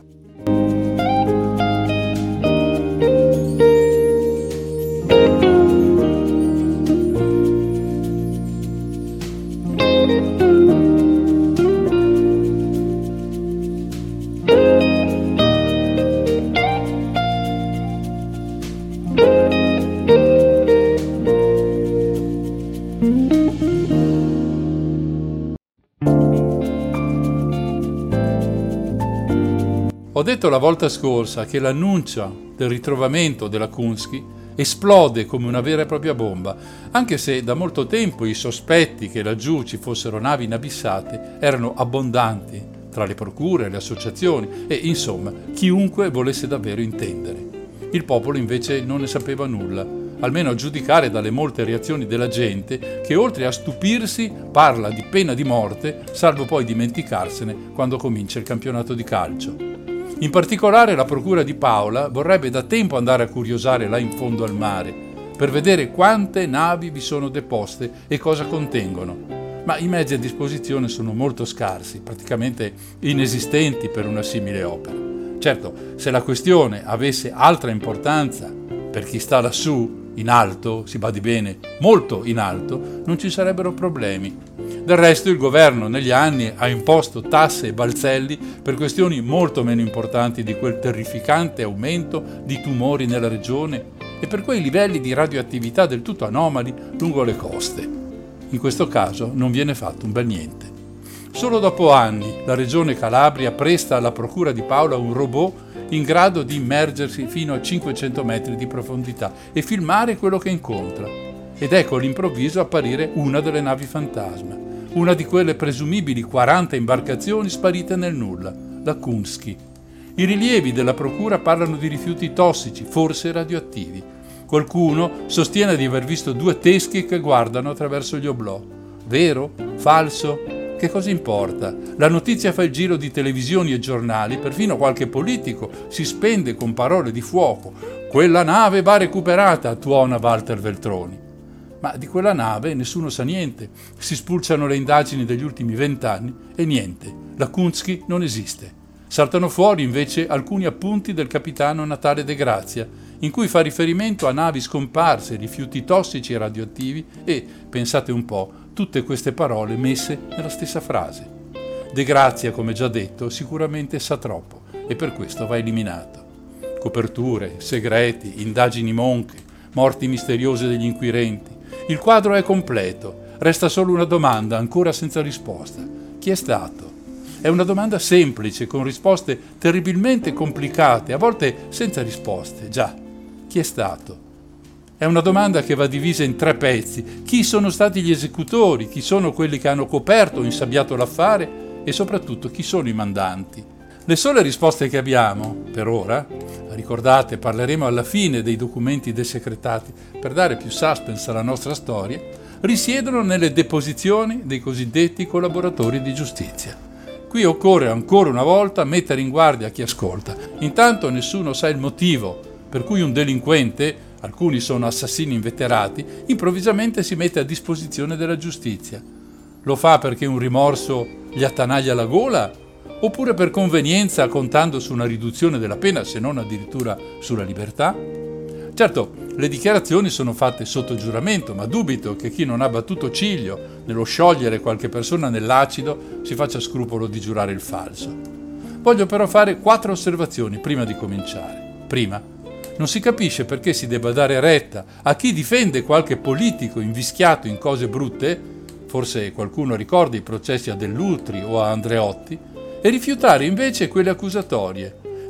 Ho detto la volta scorsa che l'annuncio del ritrovamento della Kunski esplode come una vera e propria bomba, anche se da molto tempo i sospetti che laggiù ci fossero navi inabissate erano abbondanti tra le procure, le associazioni e, insomma, chiunque volesse davvero intendere. Il popolo invece non ne sapeva nulla, almeno a giudicare dalle molte reazioni della gente che, oltre a stupirsi, parla di pena di morte, salvo poi dimenticarsene quando comincia il campionato di calcio. In particolare la procura di Paola vorrebbe da tempo andare a curiosare là in fondo al mare per vedere quante navi vi sono deposte e cosa contengono, ma i mezzi a disposizione sono molto scarsi, praticamente inesistenti per una simile opera. Certo, se la questione avesse altra importanza per chi sta lassù, in alto, si badi bene, molto in alto, non ci sarebbero problemi. Del resto il governo negli anni ha imposto tasse e balzelli per questioni molto meno importanti di quel terrificante aumento di tumori nella regione e per quei livelli di radioattività del tutto anomali lungo le coste. In questo caso non viene fatto un bel niente. Solo dopo anni la regione Calabria presta alla procura di Paola un robot in grado di immergersi fino a 500 metri di profondità e filmare quello che incontra. Ed ecco all'improvviso apparire una delle navi fantasma, una di quelle presumibili 40 imbarcazioni sparite nel nulla, la Kunski. I rilievi della procura parlano di rifiuti tossici, forse radioattivi. Qualcuno sostiene di aver visto 2 teschi che guardano attraverso gli oblò. Vero? Falso? Che cosa importa? La notizia fa il giro di televisioni e giornali, perfino qualche politico si spende con parole di fuoco. Quella nave va recuperata, tuona Walter Veltroni. Ma di quella nave nessuno sa niente. Si spulciano le indagini degli ultimi 20 anni e niente. La Kunski non esiste. Saltano fuori invece alcuni appunti del capitano Natale De Grazia, in cui fa riferimento a navi scomparse, rifiuti tossici e radioattivi e, pensate un po', tutte queste parole messe nella stessa frase. De Grazia, come già detto, sicuramente sa troppo e per questo va eliminato. Coperture, segreti, indagini monche, morti misteriose degli inquirenti. Il quadro è completo, resta solo una domanda ancora senza risposta. Chi è stato? È una domanda semplice, con risposte terribilmente complicate, a volte senza risposte. Già, chi è stato? È una domanda che va divisa in 3 pezzi. Chi sono stati gli esecutori? Chi sono quelli che hanno coperto o insabbiato l'affare? E soprattutto chi sono i mandanti? Le sole risposte che abbiamo, per ora, ricordate, parleremo alla fine dei documenti desecretati per dare più suspense alla nostra storia, risiedono nelle deposizioni dei cosiddetti collaboratori di giustizia. Qui occorre ancora una volta mettere in guardia chi ascolta. Intanto nessuno sa il motivo per cui un delinquente, alcuni sono assassini inveterati, improvvisamente si mette a disposizione della giustizia. Lo fa perché un rimorso gli attanaglia la gola? Oppure per convenienza, contando su una riduzione della pena, se non addirittura sulla libertà? Certo, le dichiarazioni sono fatte sotto giuramento, ma dubito che chi non ha battuto ciglio nello sciogliere qualche persona nell'acido si faccia scrupolo di giurare il falso. Voglio però fare 4 osservazioni prima di cominciare. Prima, non si capisce perché si debba dare retta a chi difende qualche politico invischiato in cose brutte, forse qualcuno ricorda i processi a Dell'Utri o a Andreotti, e rifiutare invece quelle accusatorie.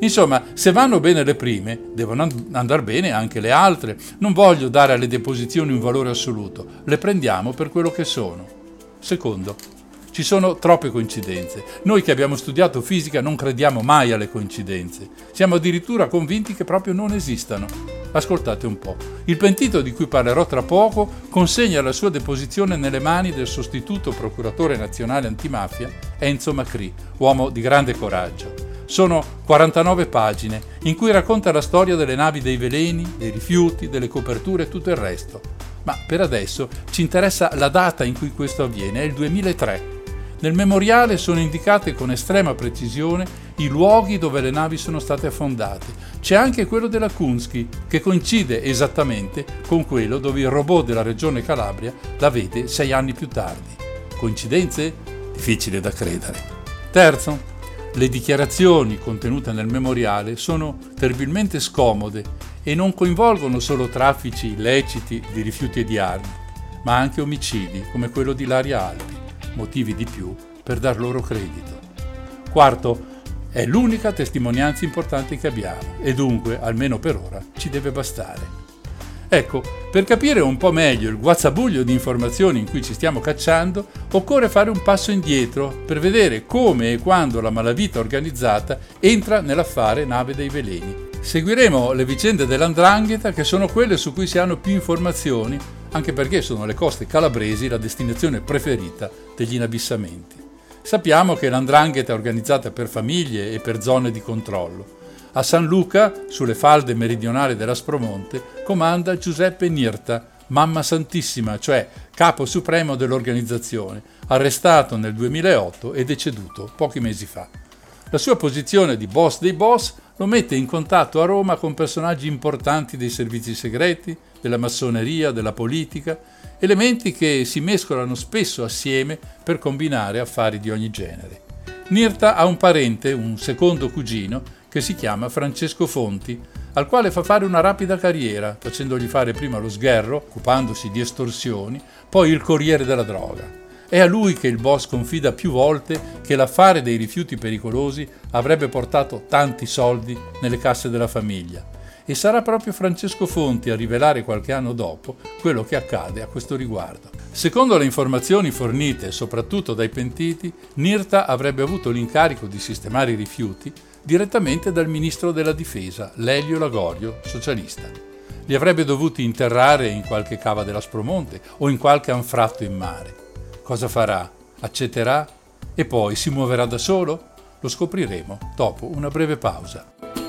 Insomma, se vanno bene le prime, devono andare bene anche le altre. Non voglio dare alle deposizioni un valore assoluto, le prendiamo per quello che sono. Secondo, ci sono troppe coincidenze. Noi che abbiamo studiato fisica non crediamo mai alle coincidenze. Siamo addirittura convinti che proprio non esistano. Ascoltate un po'. Il pentito di cui parlerò tra poco consegna la sua deposizione nelle mani del sostituto procuratore nazionale antimafia Enzo Macri, uomo di grande coraggio. Sono 49 pagine in cui racconta la storia delle navi dei veleni, dei rifiuti, delle coperture e tutto il resto. Ma per adesso ci interessa la data in cui questo avviene, è il 2003. Nel memoriale sono indicate con estrema precisione i luoghi dove le navi sono state affondate. C'è anche quello della Kunsky, che coincide esattamente con quello dove il robot della regione Calabria la vede 6 anni più tardi. Coincidenze? Difficile da credere. Terzo, le dichiarazioni contenute nel memoriale sono terribilmente scomode e non coinvolgono solo traffici illeciti di rifiuti e di armi, ma anche omicidi come quello di Ilaria Alpi, motivi di più per dar loro credito. Quarto, è l'unica testimonianza importante che abbiamo e dunque, almeno per ora, ci deve bastare. Ecco, per capire un po' meglio il guazzabuglio di informazioni in cui ci stiamo cacciando, occorre fare un passo indietro per vedere come e quando la malavita organizzata entra nell'affare Nave dei Veleni. Seguiremo le vicende dell''ndrangheta, che sono quelle su cui si hanno più informazioni, anche perché sono le coste calabresi la destinazione preferita degli inabissamenti. Sappiamo che l''ndrangheta è organizzata per famiglie e per zone di controllo. A San Luca, sulle falde meridionali dell'Aspromonte, comanda Giuseppe Nirta, Mamma Santissima, cioè capo supremo dell'organizzazione, arrestato nel 2008 e deceduto pochi mesi fa. La sua posizione di boss dei boss lo mette in contatto a Roma con personaggi importanti dei servizi segreti, della massoneria, della politica, elementi che si mescolano spesso assieme per combinare affari di ogni genere. Nirta ha un parente, un secondo cugino, che si chiama Francesco Fonti, al quale fa fare una rapida carriera, facendogli fare prima lo sgherro, occupandosi di estorsioni, poi il corriere della droga. È a lui che il boss confida più volte che l'affare dei rifiuti pericolosi avrebbe portato tanti soldi nelle casse della famiglia. E sarà proprio Francesco Fonti a rivelare qualche anno dopo quello che accade a questo riguardo. Secondo le informazioni fornite soprattutto dai pentiti, Nirta avrebbe avuto l'incarico di sistemare i rifiuti direttamente dal ministro della difesa, Lelio Lagorio, socialista. Li avrebbe dovuti interrare in qualche cava dell'Aspromonte o in qualche anfratto in mare. Cosa farà? Accetterà? E poi si muoverà da solo? Lo scopriremo dopo una breve pausa.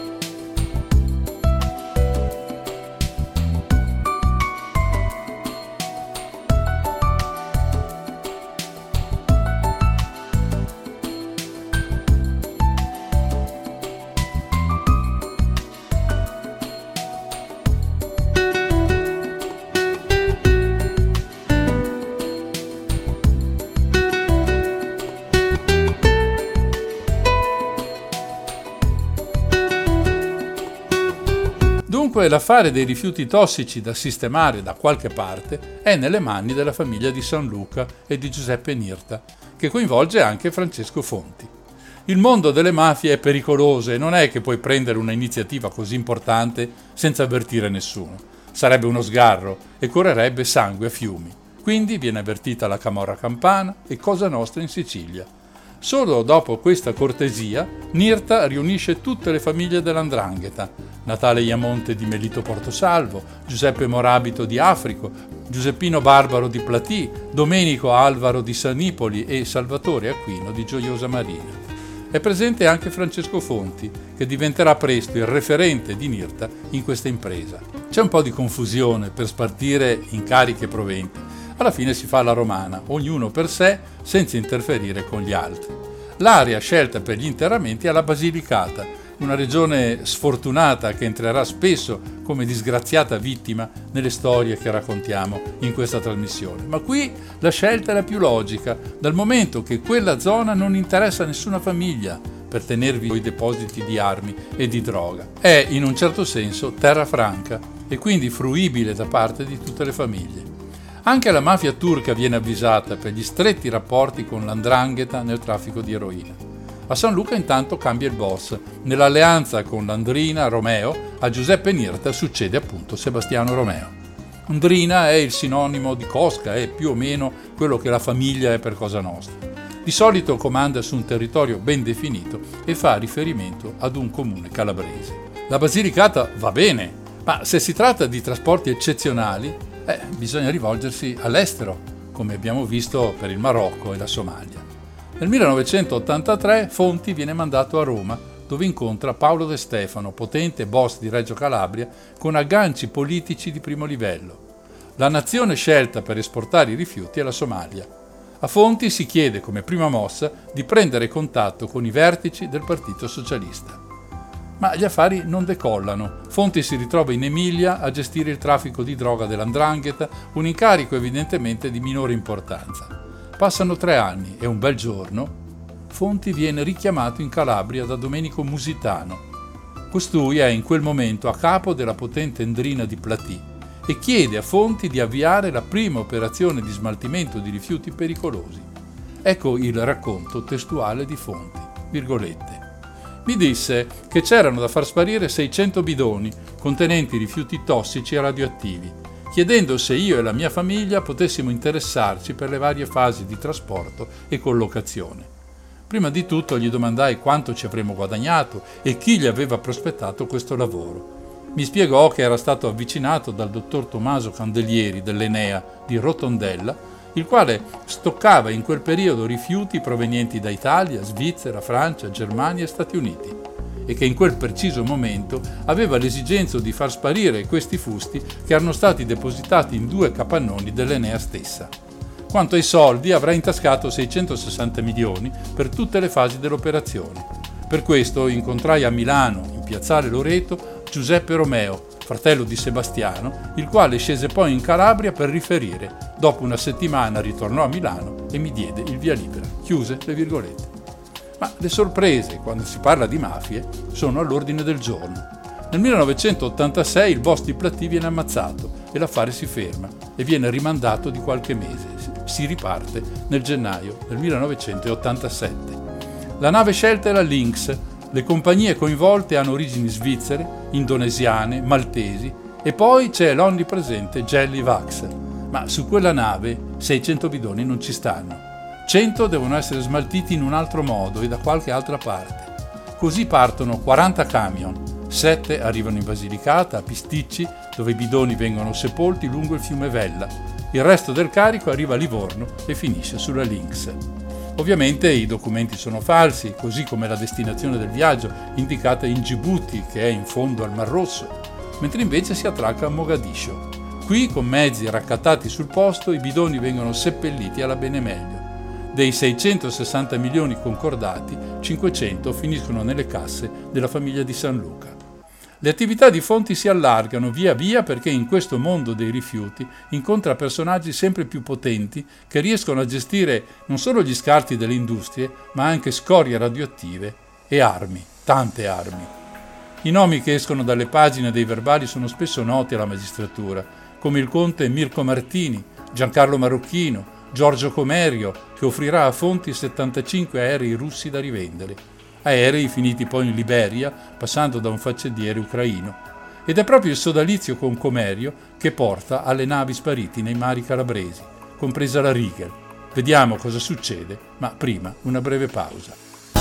Dunque l'affare dei rifiuti tossici da sistemare da qualche parte è nelle mani della famiglia di San Luca e di Giuseppe Nirta, che coinvolge anche Francesco Fonti. Il mondo delle mafie è pericoloso e non è che puoi prendere una iniziativa così importante senza avvertire nessuno. Sarebbe uno sgarro e correrebbe sangue a fiumi. Quindi viene avvertita la Camorra Campana e Cosa Nostra in Sicilia. Solo dopo questa cortesia, Nirta riunisce tutte le famiglie dell''ndrangheta: Natale Iamonte di Melito Portosalvo, Giuseppe Morabito di Africo, Giuseppino Barbaro di Platì, Domenico Alvaro di Sanipoli e Salvatore Aquino di Gioiosa Marina. È presente anche Francesco Fonti, che diventerà presto il referente di Nirta in questa impresa. C'è un po' di confusione per spartire incarichi e proventi. Alla fine si fa la romana, ognuno per sé, senza interferire con gli altri. L'area scelta per gli interramenti è la Basilicata, una regione sfortunata che entrerà spesso come disgraziata vittima nelle storie che raccontiamo in questa trasmissione. Ma qui la scelta è la più logica, dal momento che quella zona non interessa a nessuna famiglia per tenervi i depositi di armi e di droga. È in un certo senso terra franca e quindi fruibile da parte di tutte le famiglie. Anche la mafia turca viene avvisata per gli stretti rapporti con l''ndrangheta nel traffico di eroina. A San Luca intanto cambia il boss. Nell'alleanza con l'Andrina Romeo, a Giuseppe Nirta succede appunto Sebastiano Romeo. Andrina è il sinonimo di Cosca, è più o meno quello che la famiglia è per Cosa Nostra. Di solito comanda su un territorio ben definito e fa riferimento ad un comune calabrese. La Basilicata va bene, ma se si tratta di trasporti eccezionali, bisogna rivolgersi all'estero, come abbiamo visto per il Marocco e la Somalia. Nel 1983 Fonti viene mandato a Roma, dove incontra Paolo De Stefano, potente boss di Reggio Calabria, con agganci politici di primo livello. La nazione scelta per esportare i rifiuti è la Somalia. A Fonti si chiede come prima mossa di prendere contatto con i vertici del Partito Socialista. Ma gli affari non decollano. Fonti si ritrova in Emilia a gestire il traffico di droga dell''ndrangheta, un incarico evidentemente di minore importanza. Passano 3 anni e un bel giorno Fonti viene richiamato in Calabria da Domenico Musitano. Costui è in quel momento a capo della potente Ndrina di Platì e chiede a Fonti di avviare la prima operazione di smaltimento di rifiuti pericolosi. Ecco il racconto testuale di Fonti, virgolette. Mi disse che c'erano da far sparire 600 bidoni contenenti rifiuti tossici e radioattivi, chiedendo se io e la mia famiglia potessimo interessarci per le varie fasi di trasporto e collocazione. Prima di tutto gli domandai quanto ci avremmo guadagnato e chi gli aveva prospettato questo lavoro. Mi spiegò che era stato avvicinato dal dottor Tommaso Candelieri dell'Enea di Rotondella, il quale stoccava in quel periodo rifiuti provenienti da Italia, Svizzera, Francia, Germania e Stati Uniti, e che in quel preciso momento aveva l'esigenza di far sparire questi fusti che erano stati depositati in 2 capannoni dell'Enea stessa. Quanto ai soldi, avrà intascato 660 milioni per tutte le fasi dell'operazione. Per questo incontrai a Milano, in piazzale Loreto, Giuseppe Romeo, fratello di Sebastiano, il quale scese poi in Calabria per riferire. Dopo una settimana ritornò a Milano e mi diede il via libera. Chiuse le virgolette. Ma le sorprese, quando si parla di mafie, sono all'ordine del giorno. Nel 1986 il boss di Platì viene ammazzato e l'affare si ferma e viene rimandato di qualche mese. Si riparte nel gennaio del 1987. La nave scelta è la Lynx. Le compagnie coinvolte hanno origini svizzere, indonesiane, maltesi e poi c'è l'onnipresente Jelly Vax. Ma su quella nave 600 bidoni non ci stanno. 100 devono essere smaltiti in un altro modo e da qualche altra parte. Così partono 40 camion. 7 arrivano in Basilicata, a Pisticci, dove i bidoni vengono sepolti lungo il fiume Vella. Il resto del carico arriva a Livorno e finisce sulla Lynx. Ovviamente i documenti sono falsi, così come la destinazione del viaggio, indicata in Djibouti, che è in fondo al Mar Rosso, mentre invece si attracca a Mogadiscio. Qui, con mezzi raccattati sul posto, i bidoni vengono seppelliti alla benemeglio. Dei 660 milioni concordati, 500 finiscono nelle casse della famiglia di San Luca. Le attività di Fonti si allargano via via perché in questo mondo dei rifiuti incontra personaggi sempre più potenti che riescono a gestire non solo gli scarti delle industrie, ma anche scorie radioattive e armi, tante armi. I nomi che escono dalle pagine dei verbali sono spesso noti alla magistratura, come il conte Mirko Martini, Giancarlo Marocchino, Giorgio Comerio, che offrirà a Fonti 75 aerei russi da rivendere. Aerei finiti poi in Liberia, passando da un faccendiere ucraino. Ed è proprio il sodalizio con Comerio che porta alle navi spariti nei mari calabresi, compresa la Rigel. Vediamo cosa succede, ma prima una breve pausa.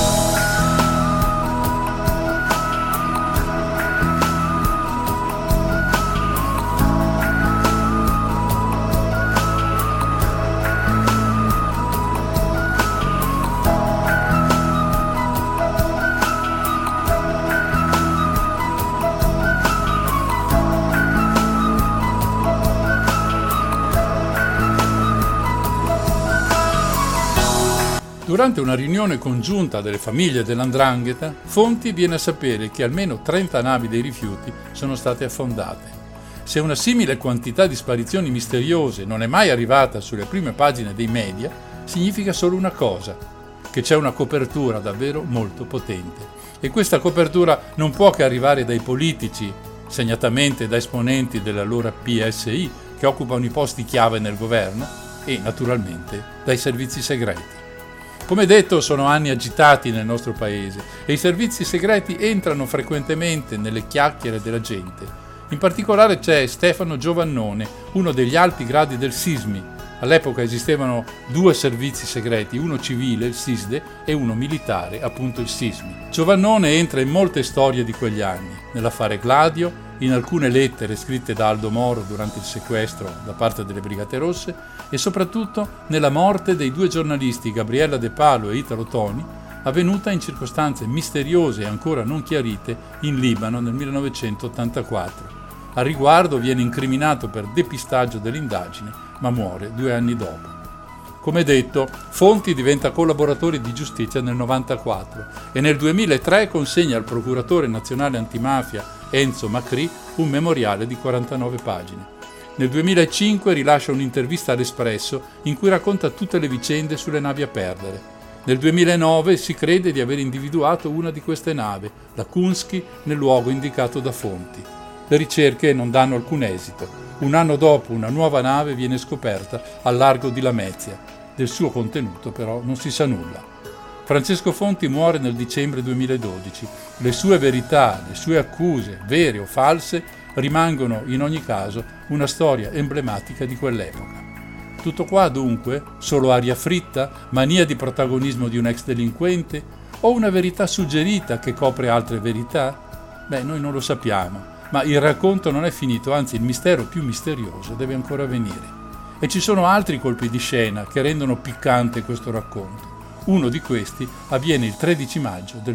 Durante una riunione congiunta delle famiglie dell''ndrangheta, Fonti viene a sapere che almeno 30 navi dei rifiuti sono state affondate. Se una simile quantità di sparizioni misteriose non è mai arrivata sulle prime pagine dei media, significa solo una cosa, che c'è una copertura davvero molto potente. E questa copertura non può che arrivare dai politici, segnatamente da esponenti dell'allora PSI, che occupano i posti chiave nel governo, e naturalmente dai servizi segreti. Come detto, sono anni agitati nel nostro paese e i servizi segreti entrano frequentemente nelle chiacchiere della gente. In particolare c'è Stefano Giovannone, uno degli alti gradi del SISMI. All'epoca esistevano 2 servizi segreti, uno civile, il SISDE, e uno militare, appunto il SISMI. Giovannone entra in molte storie di quegli anni, nell'affare Gladio, in alcune lettere scritte da Aldo Moro durante il sequestro da parte delle Brigate Rosse e soprattutto nella morte dei 2 giornalisti Gabriella De Palo e Italo Toni, avvenuta in circostanze misteriose e ancora non chiarite in Libano nel 1984. Al riguardo viene incriminato per depistaggio dell'indagine, ma muore 2 anni dopo. Come detto, Fonti diventa collaboratore di giustizia nel 1994 e nel 2003 consegna al procuratore nazionale antimafia Enzo Macri un memoriale di 49 pagine. Nel 2005 rilascia un'intervista all'Espresso in cui racconta tutte le vicende sulle navi a perdere. Nel 2009 si crede di aver individuato una di queste navi, la Kunsky, nel luogo indicato da Fonti. Le ricerche non danno alcun esito. Un anno dopo una nuova nave viene scoperta al largo di Lamezia. Del suo contenuto però non si sa nulla. Francesco Fonti muore nel dicembre 2012. Le sue verità, le sue accuse, vere o false, rimangono in ogni caso una storia emblematica di quell'epoca. Tutto qua dunque? Solo aria fritta? Mania di protagonismo di un ex delinquente? O una verità suggerita che copre altre verità? Noi non lo sappiamo. Ma il racconto non è finito, anzi il mistero più misterioso deve ancora venire. E ci sono altri colpi di scena che rendono piccante questo racconto. Uno di questi avviene il 13 maggio del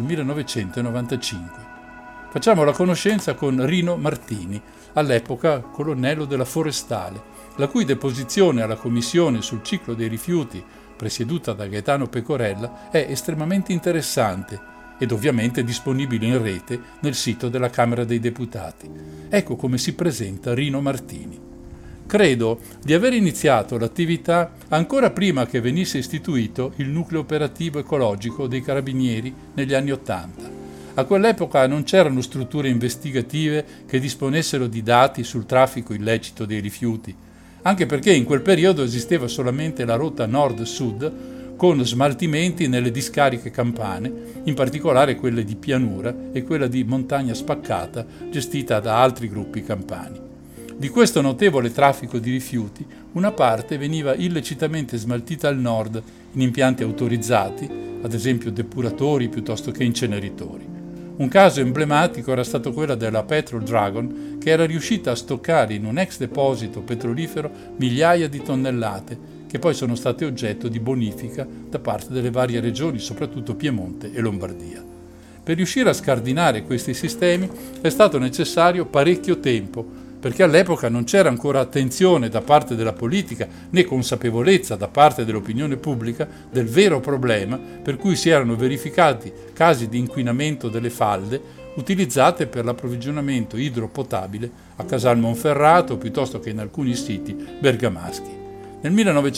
1995. Facciamo la conoscenza con Rino Martini, all'epoca colonnello della Forestale, la cui deposizione alla commissione sul ciclo dei rifiuti, presieduta da Gaetano Pecorella, è estremamente interessante ed ovviamente disponibile in rete nel sito della Camera dei Deputati. Ecco come si presenta Rino Martini. Credo di aver iniziato l'attività ancora prima che venisse istituito il nucleo operativo ecologico dei Carabinieri negli anni '80. A quell'epoca non c'erano strutture investigative che disponessero di dati sul traffico illecito dei rifiuti, anche perché in quel periodo esisteva solamente la rotta nord-sud con smaltimenti nelle discariche campane, in particolare quelle di pianura e quella di montagna spaccata gestita da altri gruppi campani. Di questo notevole traffico di rifiuti, una parte veniva illecitamente smaltita al nord in impianti autorizzati, ad esempio depuratori piuttosto che inceneritori. Un caso emblematico era stato quello della Petrol Dragon, che era riuscita a stoccare in un ex deposito petrolifero migliaia di tonnellate, che poi sono state oggetto di bonifica da parte delle varie regioni, soprattutto Piemonte e Lombardia. Per riuscire a scardinare questi sistemi è stato necessario parecchio tempo, perché all'epoca non c'era ancora attenzione da parte della politica né consapevolezza da parte dell'opinione pubblica del vero problema per cui si erano verificati casi di inquinamento delle falde utilizzate per l'approvvigionamento idropotabile a Casal Monferrato piuttosto che in alcuni siti bergamaschi. Nel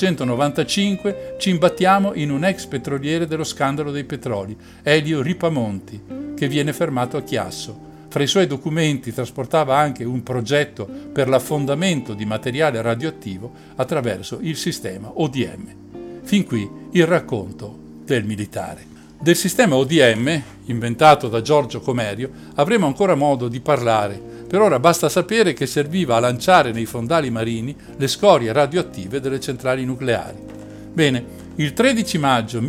1995 ci imbattiamo in un ex petroliere dello scandalo dei petroli, Elio Ripamonti, che viene fermato a Chiasso. Fra i suoi documenti trasportava anche un progetto per l'affondamento di materiale radioattivo attraverso il sistema ODM. Fin qui il racconto del militare. Del sistema ODM, inventato da Giorgio Comerio, avremo ancora modo di parlare. Per ora basta sapere che serviva a lanciare nei fondali marini le scorie radioattive delle centrali nucleari. Bene, il 13 maggio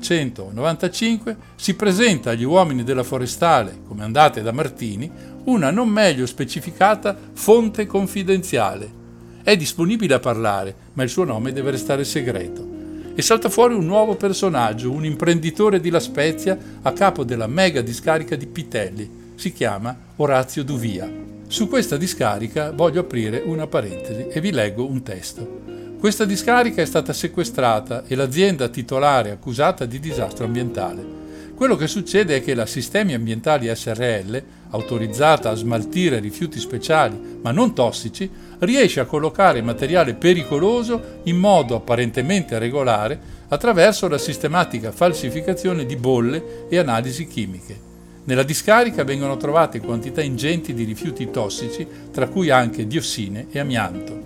1995 si presenta agli uomini della Forestale, comandate da Martini, una non meglio specificata fonte confidenziale. È disponibile a parlare, ma il suo nome deve restare segreto. E salta fuori un nuovo personaggio, un imprenditore di La Spezia a capo della mega discarica di Pitelli. Si chiama Orazio Duvia. Su questa discarica voglio aprire una parentesi e vi leggo un testo. Questa discarica è stata sequestrata e l'azienda titolare accusata di disastro ambientale. Quello che succede è che la Sistemi Ambientali SRL, autorizzata a smaltire rifiuti speciali ma non tossici, riesce a collocare materiale pericoloso in modo apparentemente regolare attraverso la sistematica falsificazione di bolle e analisi chimiche. Nella discarica vengono trovate quantità ingenti di rifiuti tossici, tra cui anche diossine e amianto.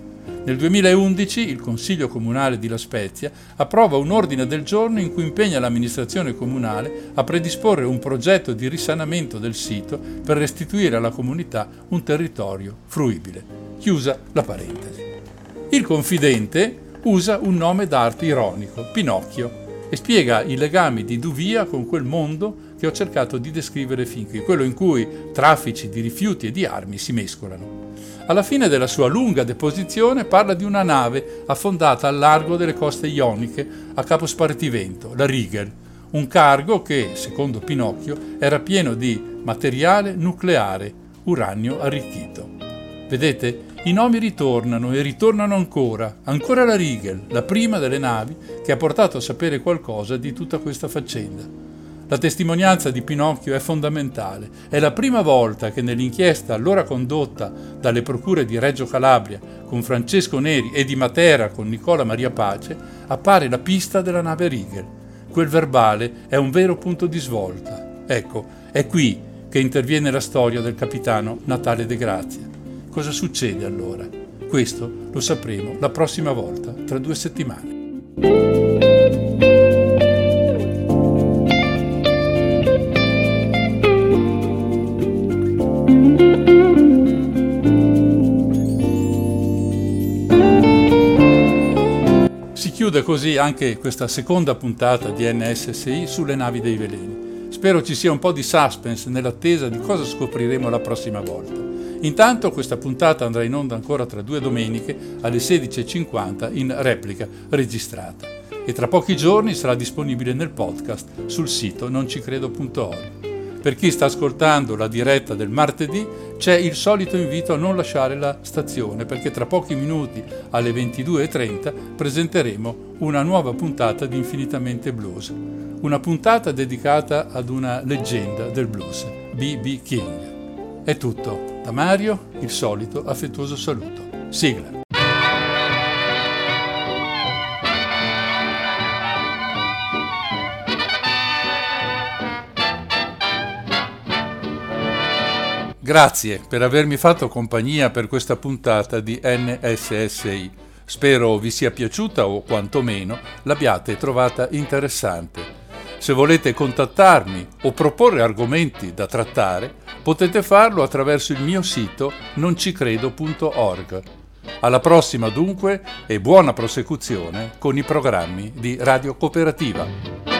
Nel 2011 il Consiglio Comunale di La Spezia approva un ordine del giorno in cui impegna l'amministrazione comunale a predisporre un progetto di risanamento del sito per restituire alla comunità un territorio fruibile. Chiusa la parentesi. Il confidente usa un nome d'arte ironico, Pinocchio, e spiega i legami di Duvia con quel mondo che ho cercato di descrivere fin qui, quello in cui traffici di rifiuti e di armi si mescolano. Alla fine della sua lunga deposizione parla di una nave affondata al largo delle coste ioniche a Capo Spartivento, la Rigel, un cargo che, secondo Pinocchio, era pieno di materiale nucleare, uranio arricchito. Vedete? I nomi ritornano e ritornano ancora la Rigel, la prima delle navi che ha portato a sapere qualcosa di tutta questa faccenda. La testimonianza di Pinocchio è fondamentale. È la prima volta che nell'inchiesta allora condotta dalle procure di Reggio Calabria con Francesco Neri e di Matera con Nicola Maria Pace appare la pista della nave Rigel. Quel verbale è un vero punto di svolta. Ecco, è qui che interviene la storia del capitano Natale De Grazia. Cosa succede allora? Questo lo sapremo la prossima volta, tra 2 settimane. Si chiude così anche questa seconda puntata di NSSI sulle navi dei veleni. Spero ci sia un po' di suspense nell'attesa di cosa scopriremo la prossima volta. Intanto questa puntata andrà in onda ancora tra 2 domeniche alle 16:50 in replica registrata e tra pochi giorni sarà disponibile nel podcast sul sito noncicredo.org. Per chi sta ascoltando la diretta del martedì c'è il solito invito a non lasciare la stazione perché tra pochi minuti alle 22:30 presenteremo una nuova puntata di Infinitamente Blues, una puntata dedicata ad una leggenda del blues, B.B. King. È tutto. Da Mario, il solito affettuoso saluto. Sigla. Grazie per avermi fatto compagnia per questa puntata di NSSI. Spero vi sia piaciuta o quantomeno l'abbiate trovata interessante. Se volete contattarmi o proporre argomenti da trattare, potete farlo attraverso il mio sito noncicredo.org. Alla prossima dunque e buona prosecuzione con i programmi di Radio Cooperativa.